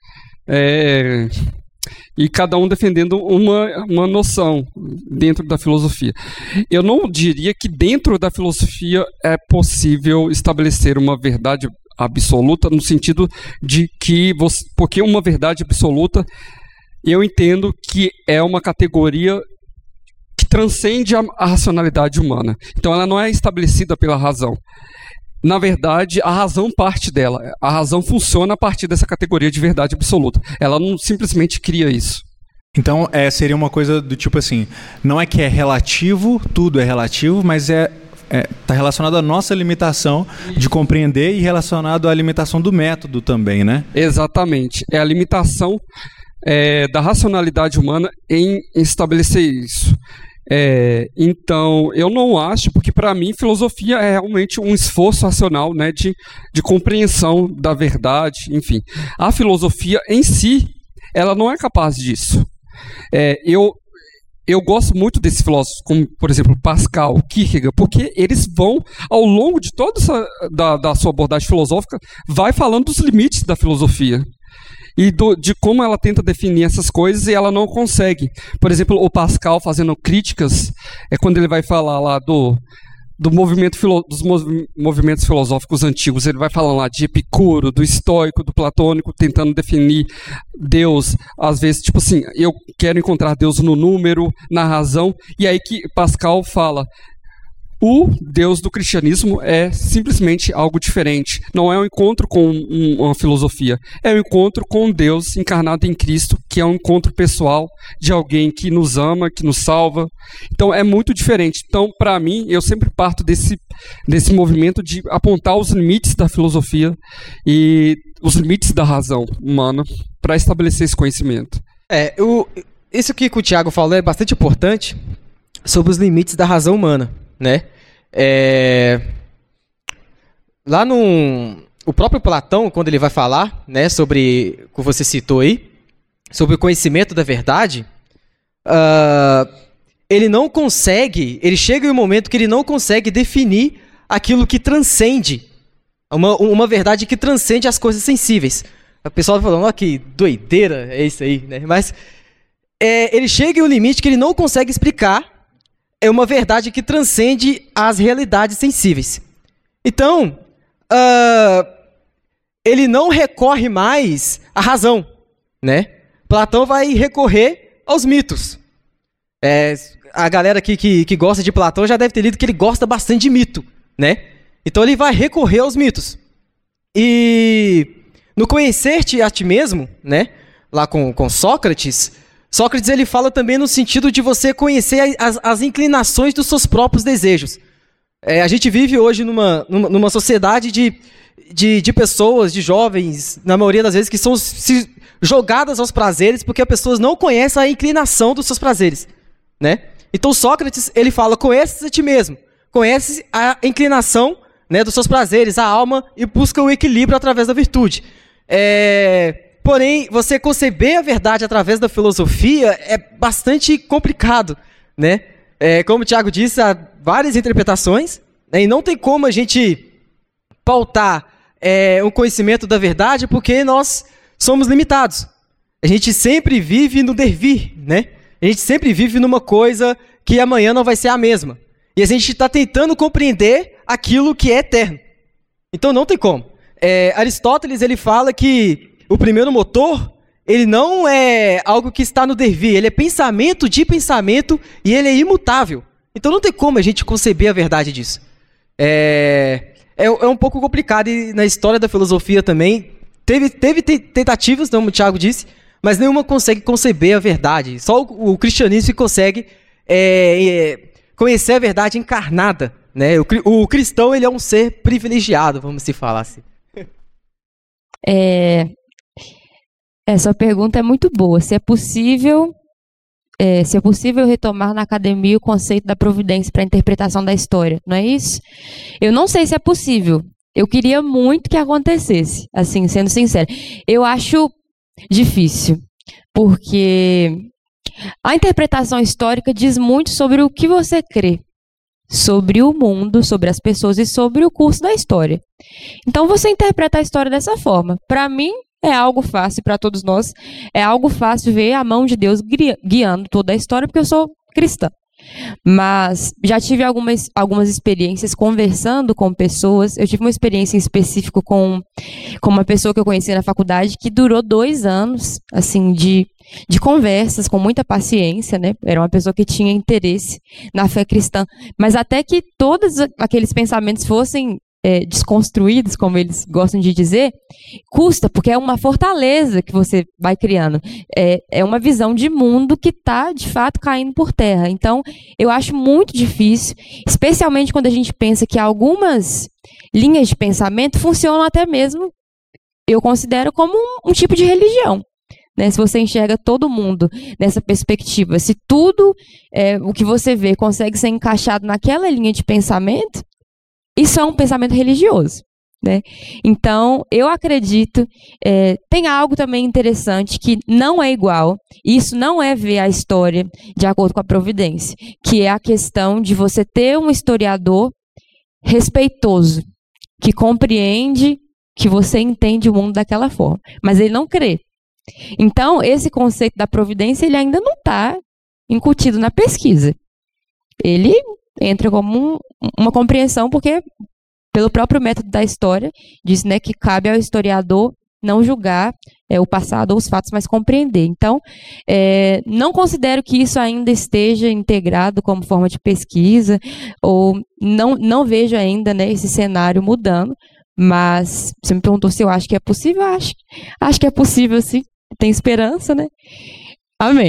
É... E cada um defendendo uma, uma noção dentro da filosofia. Eu não diria que dentro da filosofia é possível estabelecer uma verdade absoluta, no sentido de que você, porque uma verdade absoluta, eu entendo que é uma categoria que transcende a, a racionalidade humana. Então ela não é estabelecida pela razão. Na verdade, a razão parte dela. A razão funciona a partir dessa categoria de verdade absoluta. Ela não simplesmente cria isso. Então, é, seria uma coisa do tipo assim, não é que é relativo, tudo é relativo, mas é está relacionado à nossa limitação de compreender e relacionado à limitação do método também, né? Exatamente. É a limitação é, da racionalidade humana em estabelecer isso. É, então, eu não acho, porque para mim filosofia é realmente um esforço racional, né, de, de compreensão da verdade, enfim. A filosofia em si, ela não é capaz disso. É, eu, eu gosto muito desses filósofos, como, por exemplo, Pascal, Kierkegaard, porque eles vão, ao longo de toda essa, da, da sua abordagem filosófica, vai falando dos limites da filosofia. E do, de como ela tenta definir essas coisas e ela não consegue. Por exemplo, o Pascal fazendo críticas, é quando ele vai falar lá do, do movimento filo, dos movi, movimentos filosóficos antigos, ele vai falar lá de Epicuro, do estoico, do platônico, tentando definir Deus, às vezes, tipo assim, eu quero encontrar Deus no número, na razão, e aí que Pascal fala... O Deus do cristianismo é simplesmente algo diferente. Não é um encontro com um, uma filosofia. É um encontro com Deus encarnado em Cristo, que é um encontro pessoal de alguém que nos ama, que nos salva. Então, é muito diferente. Então, para mim, eu sempre parto desse, desse movimento de apontar os limites da filosofia e os limites da razão humana para estabelecer esse conhecimento. É, o, isso que o Tiago falou é bastante importante sobre os limites da razão humana, né? É... Lá no o próprio Platão, quando ele vai falar, né, sobre o que você citou aí, sobre o conhecimento da verdade, uh, ele não consegue, ele chega em um momento que ele não consegue definir aquilo que transcende, uma, uma verdade que transcende as coisas sensíveis. O pessoal vai falando, ó, que doideira é isso aí, né? Mas é, ele chega em um limite que ele não consegue explicar. É uma verdade que transcende as realidades sensíveis. Então, uh, ele não recorre mais à razão, né? Platão vai recorrer aos mitos. É, a galera aqui que, que gosta de Platão já deve ter lido que ele gosta bastante de mito, né? Então ele vai recorrer aos mitos. E no Conhecer-te a ti mesmo, né? Lá com, com Sócrates... Sócrates ele fala também no sentido de você conhecer as, as inclinações dos seus próprios desejos. É, a gente vive hoje numa, numa, numa sociedade de, de, de pessoas, de jovens, na maioria das vezes, que são se jogadas aos prazeres porque as pessoas não conhecem a inclinação dos seus prazeres, né? Então Sócrates ele fala, conhece a ti mesmo, conhece a inclinação, né, dos seus prazeres, a alma, e busca o equilíbrio através da virtude. É... Porém, você conceber a verdade através da filosofia é bastante complicado, né? É, como o Tiago disse, há várias interpretações, né? E não tem como a gente pautar é, um conhecimento da verdade porque nós somos limitados. A gente sempre vive no devir, né? A gente sempre vive numa coisa que amanhã não vai ser a mesma. E a gente está tentando compreender aquilo que é eterno. Então não tem como. É, Aristóteles ele fala que o primeiro motor, ele não é algo que está no devir, ele é pensamento de pensamento e ele é imutável. Então não tem como a gente conceber a verdade disso. É, é, é um pouco complicado e na história da filosofia também, teve, teve tentativas, como o Tiago disse, mas nenhuma consegue conceber a verdade. Só o, o cristianismo que consegue é, é, conhecer a verdade encarnada, né? O, o cristão, ele é um ser privilegiado, vamos se falar assim. É, essa pergunta é muito boa. Se é possível, é, se é possível retomar na academia o conceito da providência para a interpretação da história, não é isso? Eu não sei se é possível. Eu queria muito que acontecesse, assim, sendo sincero. Eu acho difícil, porque a interpretação histórica diz muito sobre o que você crê, sobre o mundo, sobre as pessoas e sobre o curso da história. Então você interpreta a história dessa forma. Para mim é algo fácil, para todos nós, é algo fácil ver a mão de Deus guiando toda a história, porque eu sou cristã. Mas já tive algumas, algumas experiências conversando com pessoas. Eu tive uma experiência em específico com, com uma pessoa que eu conheci na faculdade que durou dois anos, assim, de, de conversas com muita paciência, né? Era uma pessoa que tinha interesse na fé cristã. Mas até que todos aqueles pensamentos fossem é, desconstruídos, como eles gostam de dizer, custa, porque é uma fortaleza que você vai criando. É, é uma visão de mundo que está, de fato, caindo por terra. Então, eu acho muito difícil, especialmente quando a gente pensa que algumas linhas de pensamento funcionam até mesmo, eu considero como um, um tipo de religião. Né? Se você enxerga todo mundo nessa perspectiva, se tudo é, o que você vê consegue ser encaixado naquela linha de pensamento, isso é um pensamento religioso, né? Então, eu acredito, é, tem algo também interessante que não é igual, isso não é ver a história de acordo com a providência, que é a questão de você ter um historiador respeitoso, que compreende, que você entende o mundo daquela forma, mas ele não crê. Então, esse conceito da providência, ele ainda não está incutido na pesquisa. Ele entra como um, uma compreensão, porque pelo próprio método da história, diz, né, que cabe ao historiador não julgar é, o passado ou os fatos, mas compreender. Então, é, não considero que isso ainda esteja integrado como forma de pesquisa, ou não, não vejo ainda, né, esse cenário mudando, mas você me perguntou se eu acho que é possível, acho, acho que é possível, sim, tem esperança, né? Amém.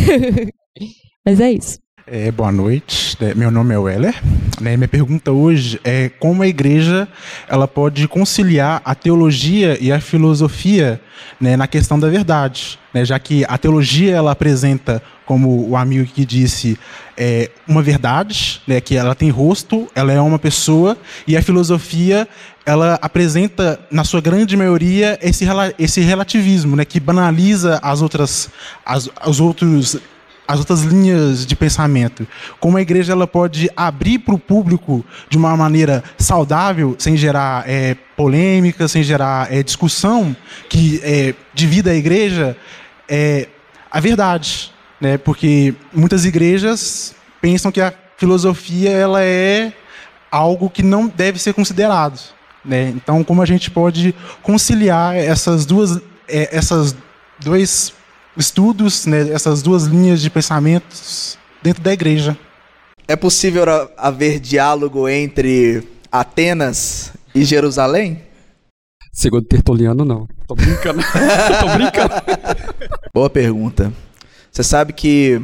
Mas é isso. É, boa noite, meu nome é Weller. Né, minha pergunta hoje é como a igreja ela pode conciliar a teologia e a filosofia, né, na questão da verdade, né, já que a teologia ela apresenta, como o amigo que disse, é, uma verdade, né, que ela tem rosto, ela é uma pessoa, e a filosofia ela apresenta, na sua grande maioria, esse, esse relativismo, né, que banaliza as outras, as, os outros as outras linhas de pensamento. Como a igreja ela pode abrir para o público de uma maneira saudável, sem gerar é, polêmica, sem gerar é, discussão, que é, divida a igreja, é, a verdade. Né? Porque muitas igrejas pensam que a filosofia ela é algo que não deve ser considerado. Né? Então, como a gente pode conciliar essas duas, é, essas dois estudos, né, essas duas linhas de pensamentos dentro da igreja? É possível haver diálogo entre Atenas e Jerusalém? Segundo Tertuliano, não. Tô brincando. Tô brincando. Boa pergunta. Você sabe que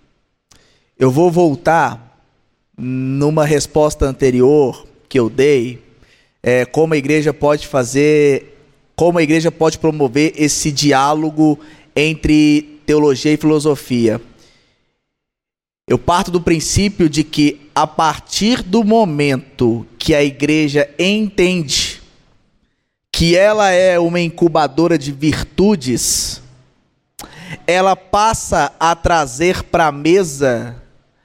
eu vou voltar numa resposta anterior que eu dei, é, como a igreja pode fazer, como a igreja pode promover esse diálogo entre teologia e filosofia. Eu parto do princípio de que, a partir do momento que a igreja entende que ela é uma incubadora de virtudes, ela passa a trazer para a mesa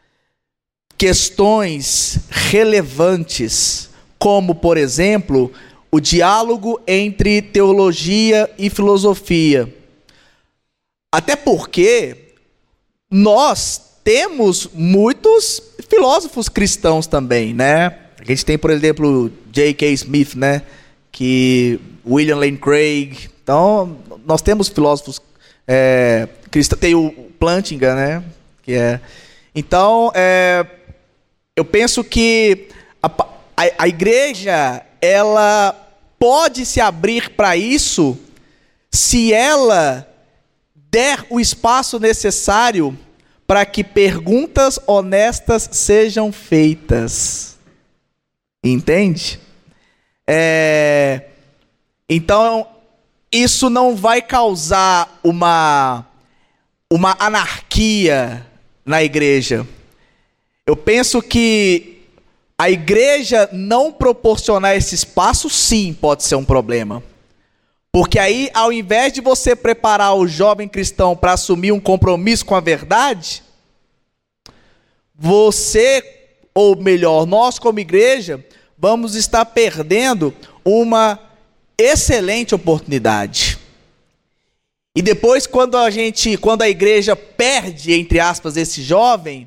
questões relevantes, como, por exemplo, o diálogo entre teologia e filosofia. Até porque nós temos muitos filósofos cristãos também, né? A gente tem, por exemplo, J K Smith, né? Que William Lane Craig. Então, nós temos filósofos é, cristãos. Tem o Plantinga, né? Que é. Então, é, eu penso que a, a, a igreja ela pode se abrir para isso se ela der o espaço necessário para que perguntas honestas sejam feitas. Entende? É... Então, isso não vai causar uma, uma anarquia na igreja. Eu penso que a igreja não proporcionar esse espaço, sim, pode ser um problema. Porque aí, ao invés de você preparar o jovem cristão para assumir um compromisso com a verdade, você, ou melhor, nós como igreja, vamos estar perdendo uma excelente oportunidade. E depois, quando a gente, quando a igreja perde, entre aspas, esse jovem,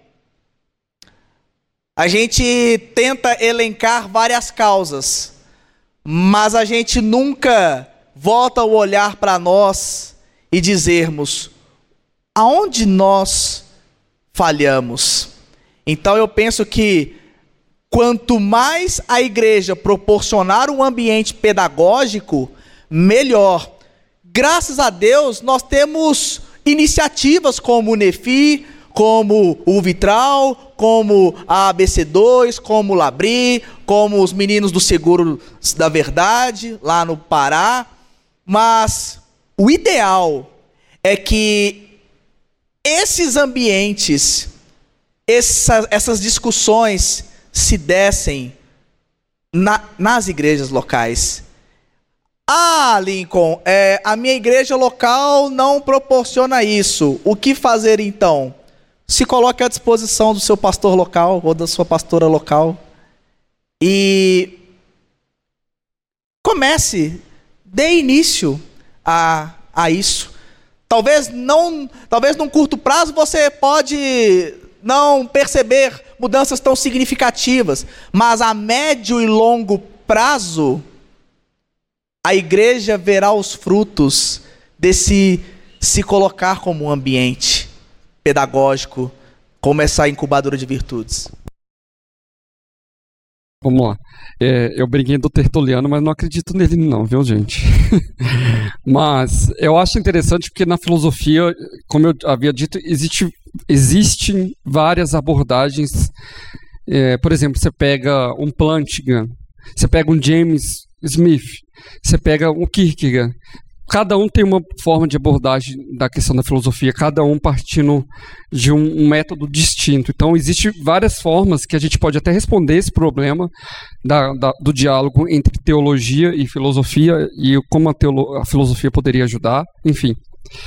a gente tenta elencar várias causas, mas a gente nunca volta o olhar para nós e dizermos aonde nós falhamos. Então eu penso que quanto mais a igreja proporcionar um ambiente pedagógico, melhor. Graças a Deus, nós temos iniciativas como o Nefi, como o Vitral, como a A B C dois, como o Labri, como os meninos do Seguro da Verdade, lá no Pará. Mas o ideal é que esses ambientes, essa, essas discussões se dessem na, nas igrejas locais. Ah, Lincoln, é, a minha igreja local não proporciona isso. O que fazer então? Se coloque à disposição do seu pastor local ou da sua pastora local e comece, dê início a, a isso. Talvez não, talvez num curto prazo você pode não perceber mudanças tão significativas, mas a médio e longo prazo a igreja verá os frutos desse se colocar como um ambiente pedagógico, como essa incubadora de virtudes. Vamos lá. É, eu briguei do Tertuliano, mas não acredito nele não, viu, gente? Mas eu acho interessante porque na filosofia, como eu havia dito, existe, existem várias abordagens. É, por exemplo, você pega um Plantinga, você pega um James Smith, você pega um Kierkegaard. Cada um tem uma forma de abordagem da questão da filosofia, cada um partindo de um, um método distinto. Então, existem várias formas que a gente pode até responder esse problema da, da, do diálogo entre teologia e filosofia e como a, teolo, a filosofia poderia ajudar, enfim.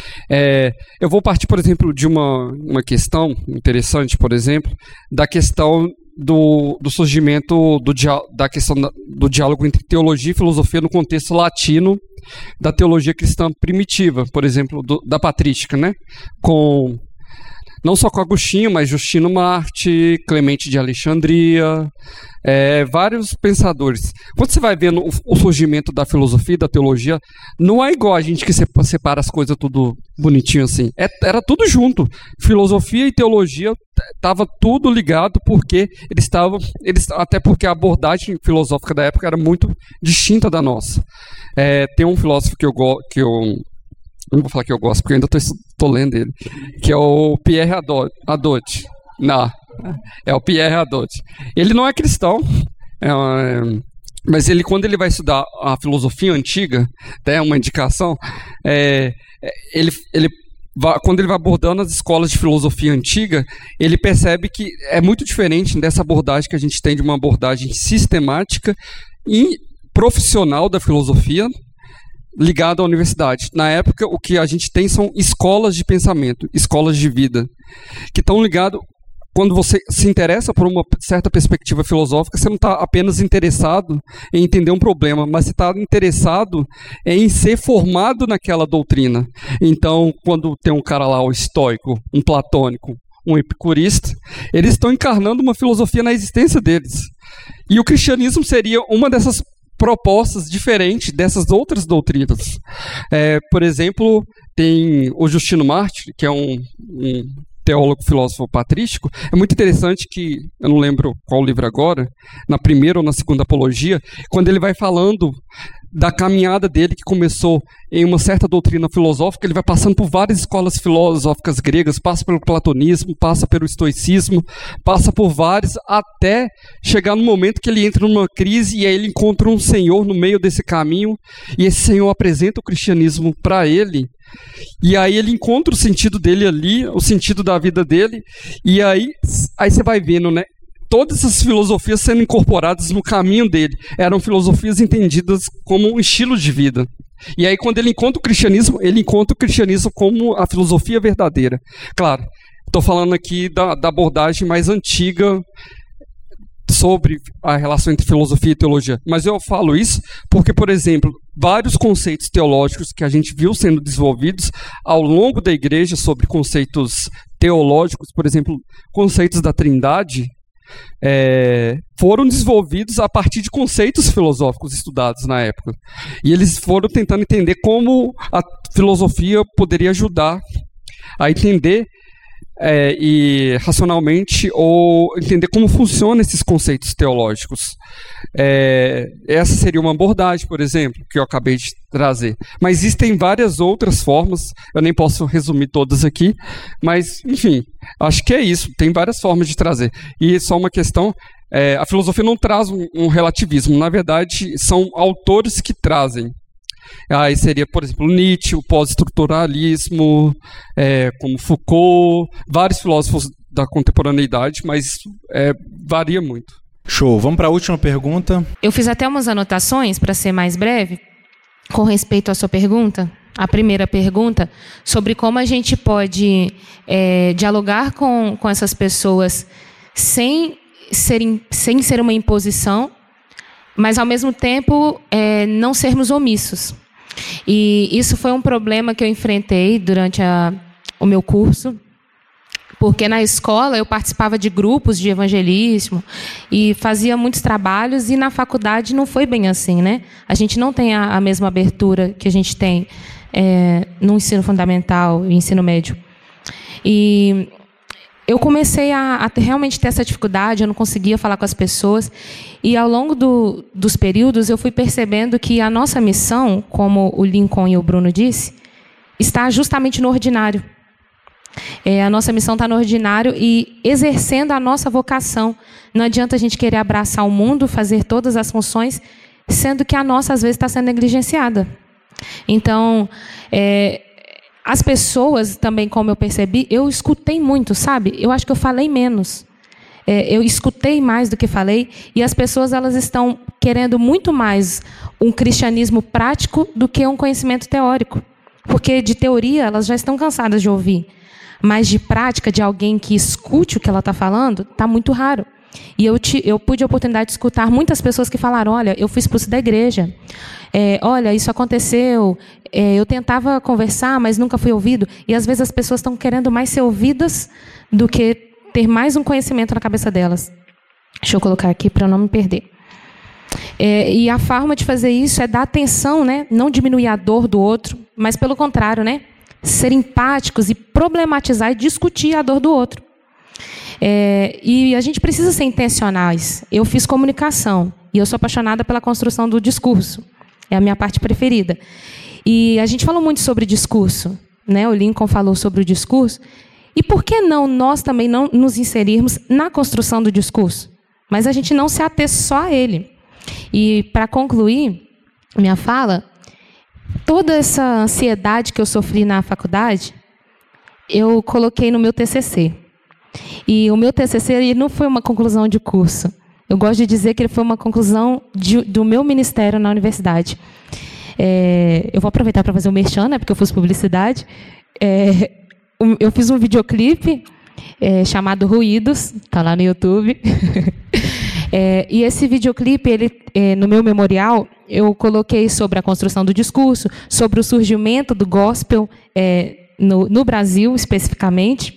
É, eu vou partir, por exemplo, de uma, uma questão interessante, por exemplo, da questão do, do surgimento do, da questão da, do diálogo entre teologia e filosofia no contexto latino da teologia cristã primitiva, por exemplo, do, da patrística, né? Com, não só com Agostinho, mas Justino Marte, Clemente de Alexandria, é, vários pensadores. Quando você vai vendo o, o surgimento da filosofia e da teologia, não é igual a gente que separa as coisas tudo bonitinho assim. É, era tudo junto. Filosofia e teologia estava tudo ligado porque eles estavam, eles, até porque a abordagem filosófica da época era muito distinta da nossa. É, tem um filósofo que eu gosto, que eu não vou falar que eu gosto, porque eu ainda estou lendo ele, que é o Pierre Hadot. Não, é o Pierre Hadot. Ele não é cristão, é, mas ele, quando ele vai estudar a filosofia antiga, até uma indicação, é, ele, ele vai, quando ele vai abordando as escolas de filosofia antiga, ele percebe que é muito diferente dessa abordagem que a gente tem de uma abordagem sistemática e profissional da filosofia ligado à universidade. Na época, o que a gente tem são escolas de pensamento, escolas de vida, que estão ligadas. Quando você se interessa por uma certa perspectiva filosófica, você não está apenas interessado em entender um problema, mas você está interessado em ser formado naquela doutrina. Então, quando tem um cara lá, o estoico, um platônico, um epicurista, eles estão encarnando uma filosofia na existência deles. E o cristianismo seria uma dessas propostas diferentes dessas outras doutrinas. É, por exemplo, tem o Justino Marte, que é um, um teólogo filósofo patrístico. É muito interessante que, eu não lembro qual livro agora, na primeira ou na segunda apologia, quando ele vai falando da caminhada dele, que começou em uma certa doutrina filosófica, ele vai passando por várias escolas filosóficas gregas, passa pelo platonismo, passa pelo estoicismo, passa por vários, até chegar no momento que ele entra numa crise e aí ele encontra um senhor no meio desse caminho, e esse senhor apresenta o cristianismo para ele, e aí ele encontra o sentido dele ali, o sentido da vida dele, e aí, aí você vai vendo, né? Todas essas filosofias sendo incorporadas no caminho dele. Eram filosofias entendidas como um estilo de vida. E aí, quando ele encontra o cristianismo, ele encontra o cristianismo como a filosofia verdadeira. Claro, estou falando aqui da, da abordagem mais antiga sobre a relação entre filosofia e teologia. Mas eu falo isso porque, por exemplo, vários conceitos teológicos que a gente viu sendo desenvolvidos ao longo da igreja sobre conceitos teológicos, por exemplo, conceitos da Trindade, É, foram desenvolvidos a partir de conceitos filosóficos estudados na época. E eles foram tentando entender como a filosofia poderia ajudar a entender é, e racionalmente ou entender como funcionam esses conceitos teológicos. É, essa seria uma abordagem, por exemplo, que eu acabei de trazer. Mas existem várias outras formas, eu nem posso resumir todas aqui, mas, enfim, acho que é isso, tem várias formas de trazer. E só uma questão, é, a filosofia não traz um, um relativismo, na verdade, são autores que trazem. Aí seria, por exemplo, Nietzsche, o pós-estruturalismo, é, como Foucault, vários filósofos da contemporaneidade, mas é, varia muito. Show, vamos para a última pergunta. Eu fiz até umas anotações, para ser mais breve, com respeito à sua pergunta. A primeira pergunta, sobre como a gente pode é, dialogar com, com essas pessoas sem ser, sem ser uma imposição, mas, ao mesmo tempo, é, não sermos omissos. E isso foi um problema que eu enfrentei durante a, o meu curso, porque na escola eu participava de grupos de evangelismo e fazia muitos trabalhos, e na faculdade não foi bem assim, né? A gente não tem a, a mesma abertura que a gente tem é, no ensino fundamental e ensino médio. E eu comecei a, a ter, realmente ter essa dificuldade, eu não conseguia falar com as pessoas, e ao longo do, dos períodos eu fui percebendo que a nossa missão, como o Lincoln e o Bruno disse, está justamente no ordinário. É, a nossa missão está no ordinário e exercendo a nossa vocação. Não adianta a gente querer abraçar o mundo, fazer todas as funções, sendo que a nossa, às vezes, está sendo negligenciada. Então, é, as pessoas também, como eu percebi, eu escutei muito, sabe? Eu acho que eu falei menos. É, eu escutei mais do que falei, e as pessoas elas estão querendo muito mais um cristianismo prático do que um conhecimento teórico. Porque de teoria elas já estão cansadas de ouvir. Mas de prática, de alguém que escute o que ela está falando, está muito raro. E eu, te, eu pude a oportunidade de escutar muitas pessoas que falaram, olha, eu fui expulso da igreja. É, olha, isso aconteceu. É, eu tentava conversar, mas nunca fui ouvido. E às vezes as pessoas estão querendo mais ser ouvidas do que ter mais um conhecimento na cabeça delas. Deixa eu colocar aqui para eu não me perder. É, e a forma de fazer isso é dar atenção, né? Não diminuir a dor do outro, mas pelo contrário, né? Ser empáticos e problematizar e discutir a dor do outro. É, e a gente precisa ser intencionais. Eu fiz comunicação e eu sou apaixonada pela construção do discurso. É a minha parte preferida. E a gente falou muito sobre discurso, né? O Lincoln falou sobre o discurso. E por que não nós também não nos inserirmos na construção do discurso? Mas a gente não se ater só a ele. E para concluir minha fala, toda essa ansiedade que eu sofri na faculdade, eu coloquei no meu T C C. E o meu T C C ele não foi uma conclusão de curso. Eu gosto de dizer que ele foi uma conclusão de, do meu ministério na universidade. É, eu vou aproveitar para fazer um merchan, né, porque eu fiz publicidade. É, eu fiz um videoclipe é, chamado Ruídos, está lá no YouTube. É, e esse videoclipe, ele, é, no meu memorial, eu coloquei sobre a construção do discurso, sobre o surgimento do gospel é, no, no Brasil, especificamente.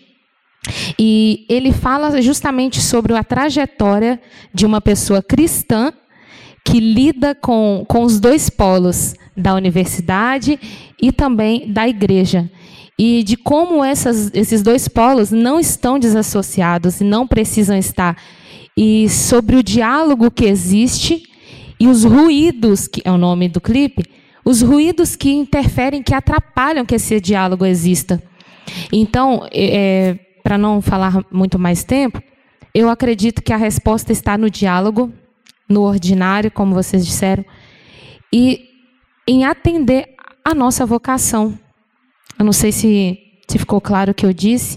E ele fala justamente sobre a trajetória de uma pessoa cristã que lida com, com os dois polos, da universidade e também da igreja. E de como essas, esses dois polos não estão desassociados e não precisam estar. E sobre o diálogo que existe E os ruídos, que é o nome do clipe, os ruídos que interferem, que atrapalham que esse diálogo exista. Então, é, para não falar muito mais tempo, eu acredito que a resposta está no diálogo, no ordinário, como vocês disseram, e em atender a nossa vocação. Eu não sei se, se ficou claro o que eu disse,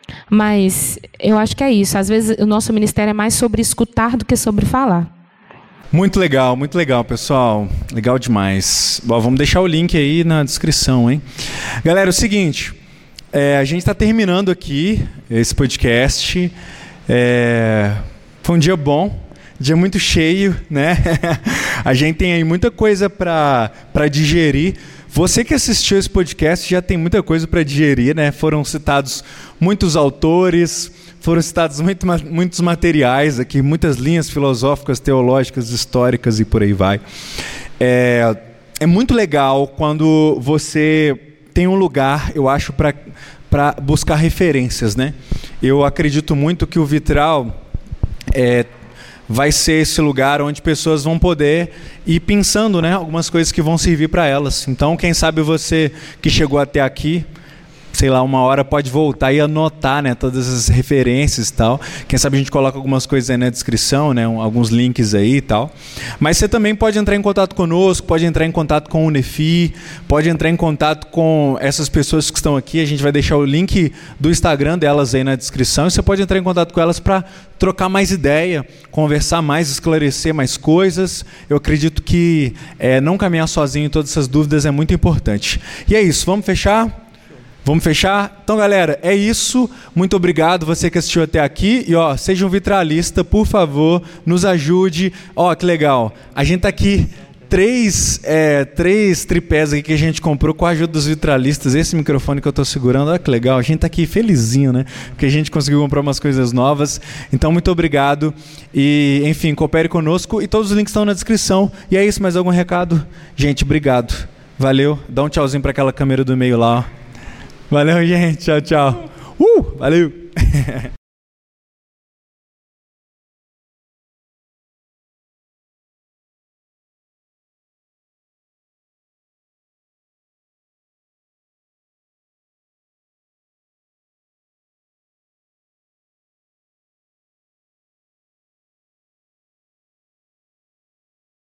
mas eu acho que é isso. Às vezes o nosso ministério é mais sobre escutar do que sobre falar. Muito legal, muito legal, pessoal. Legal demais. Bom, vamos deixar o link aí na descrição, hein? Galera, é o seguinte, é, a gente está terminando aqui esse podcast. É, foi um dia bom, dia muito cheio, né? A gente tem aí muita coisa para para digerir. Você que assistiu esse podcast já tem muita coisa para digerir, né? Foram citados muitos autores, foram citados muito, muitos materiais aqui, muitas linhas filosóficas, teológicas, históricas e por aí vai. É, é muito legal quando você tem um lugar, eu acho, para para buscar referências, né? Eu acredito muito que o Vitral é, vai ser esse lugar onde pessoas vão poder ir pensando, né, algumas coisas que vão servir para elas. Então, quem sabe você que chegou até aqui, sei lá, uma hora pode voltar e anotar, né, todas as referências e tal. Quem sabe a gente coloca algumas coisas aí na descrição, né, um, alguns links aí e tal. Mas você também pode entrar em contato conosco, pode entrar em contato com o Nefi, pode entrar em contato com essas pessoas que estão aqui. A gente vai deixar o link do Instagram delas aí na descrição e você pode entrar em contato com elas para trocar mais ideia, conversar mais, esclarecer mais coisas. Eu acredito que é, não caminhar sozinho em todas essas dúvidas é muito importante. E é isso, vamos fechar? Vamos fechar? Então, galera, é isso. Muito obrigado você que assistiu até aqui. E, ó, seja um vitralista, por favor, nos ajude. Ó, que legal. A gente tá aqui, três, é, três tripés aqui que a gente comprou com a ajuda dos vitralistas. Esse microfone que eu tô segurando, olha que legal. A gente tá aqui felizinho, né? Porque a gente conseguiu comprar umas coisas novas. Então, muito obrigado. E, enfim, coopere conosco. E todos os links estão na descrição. E é isso, mais algum recado? Gente, obrigado. Valeu. Dá um tchauzinho para aquela câmera do meio lá, ó. Valeu, gente. Tchau, tchau. Uh, valeu.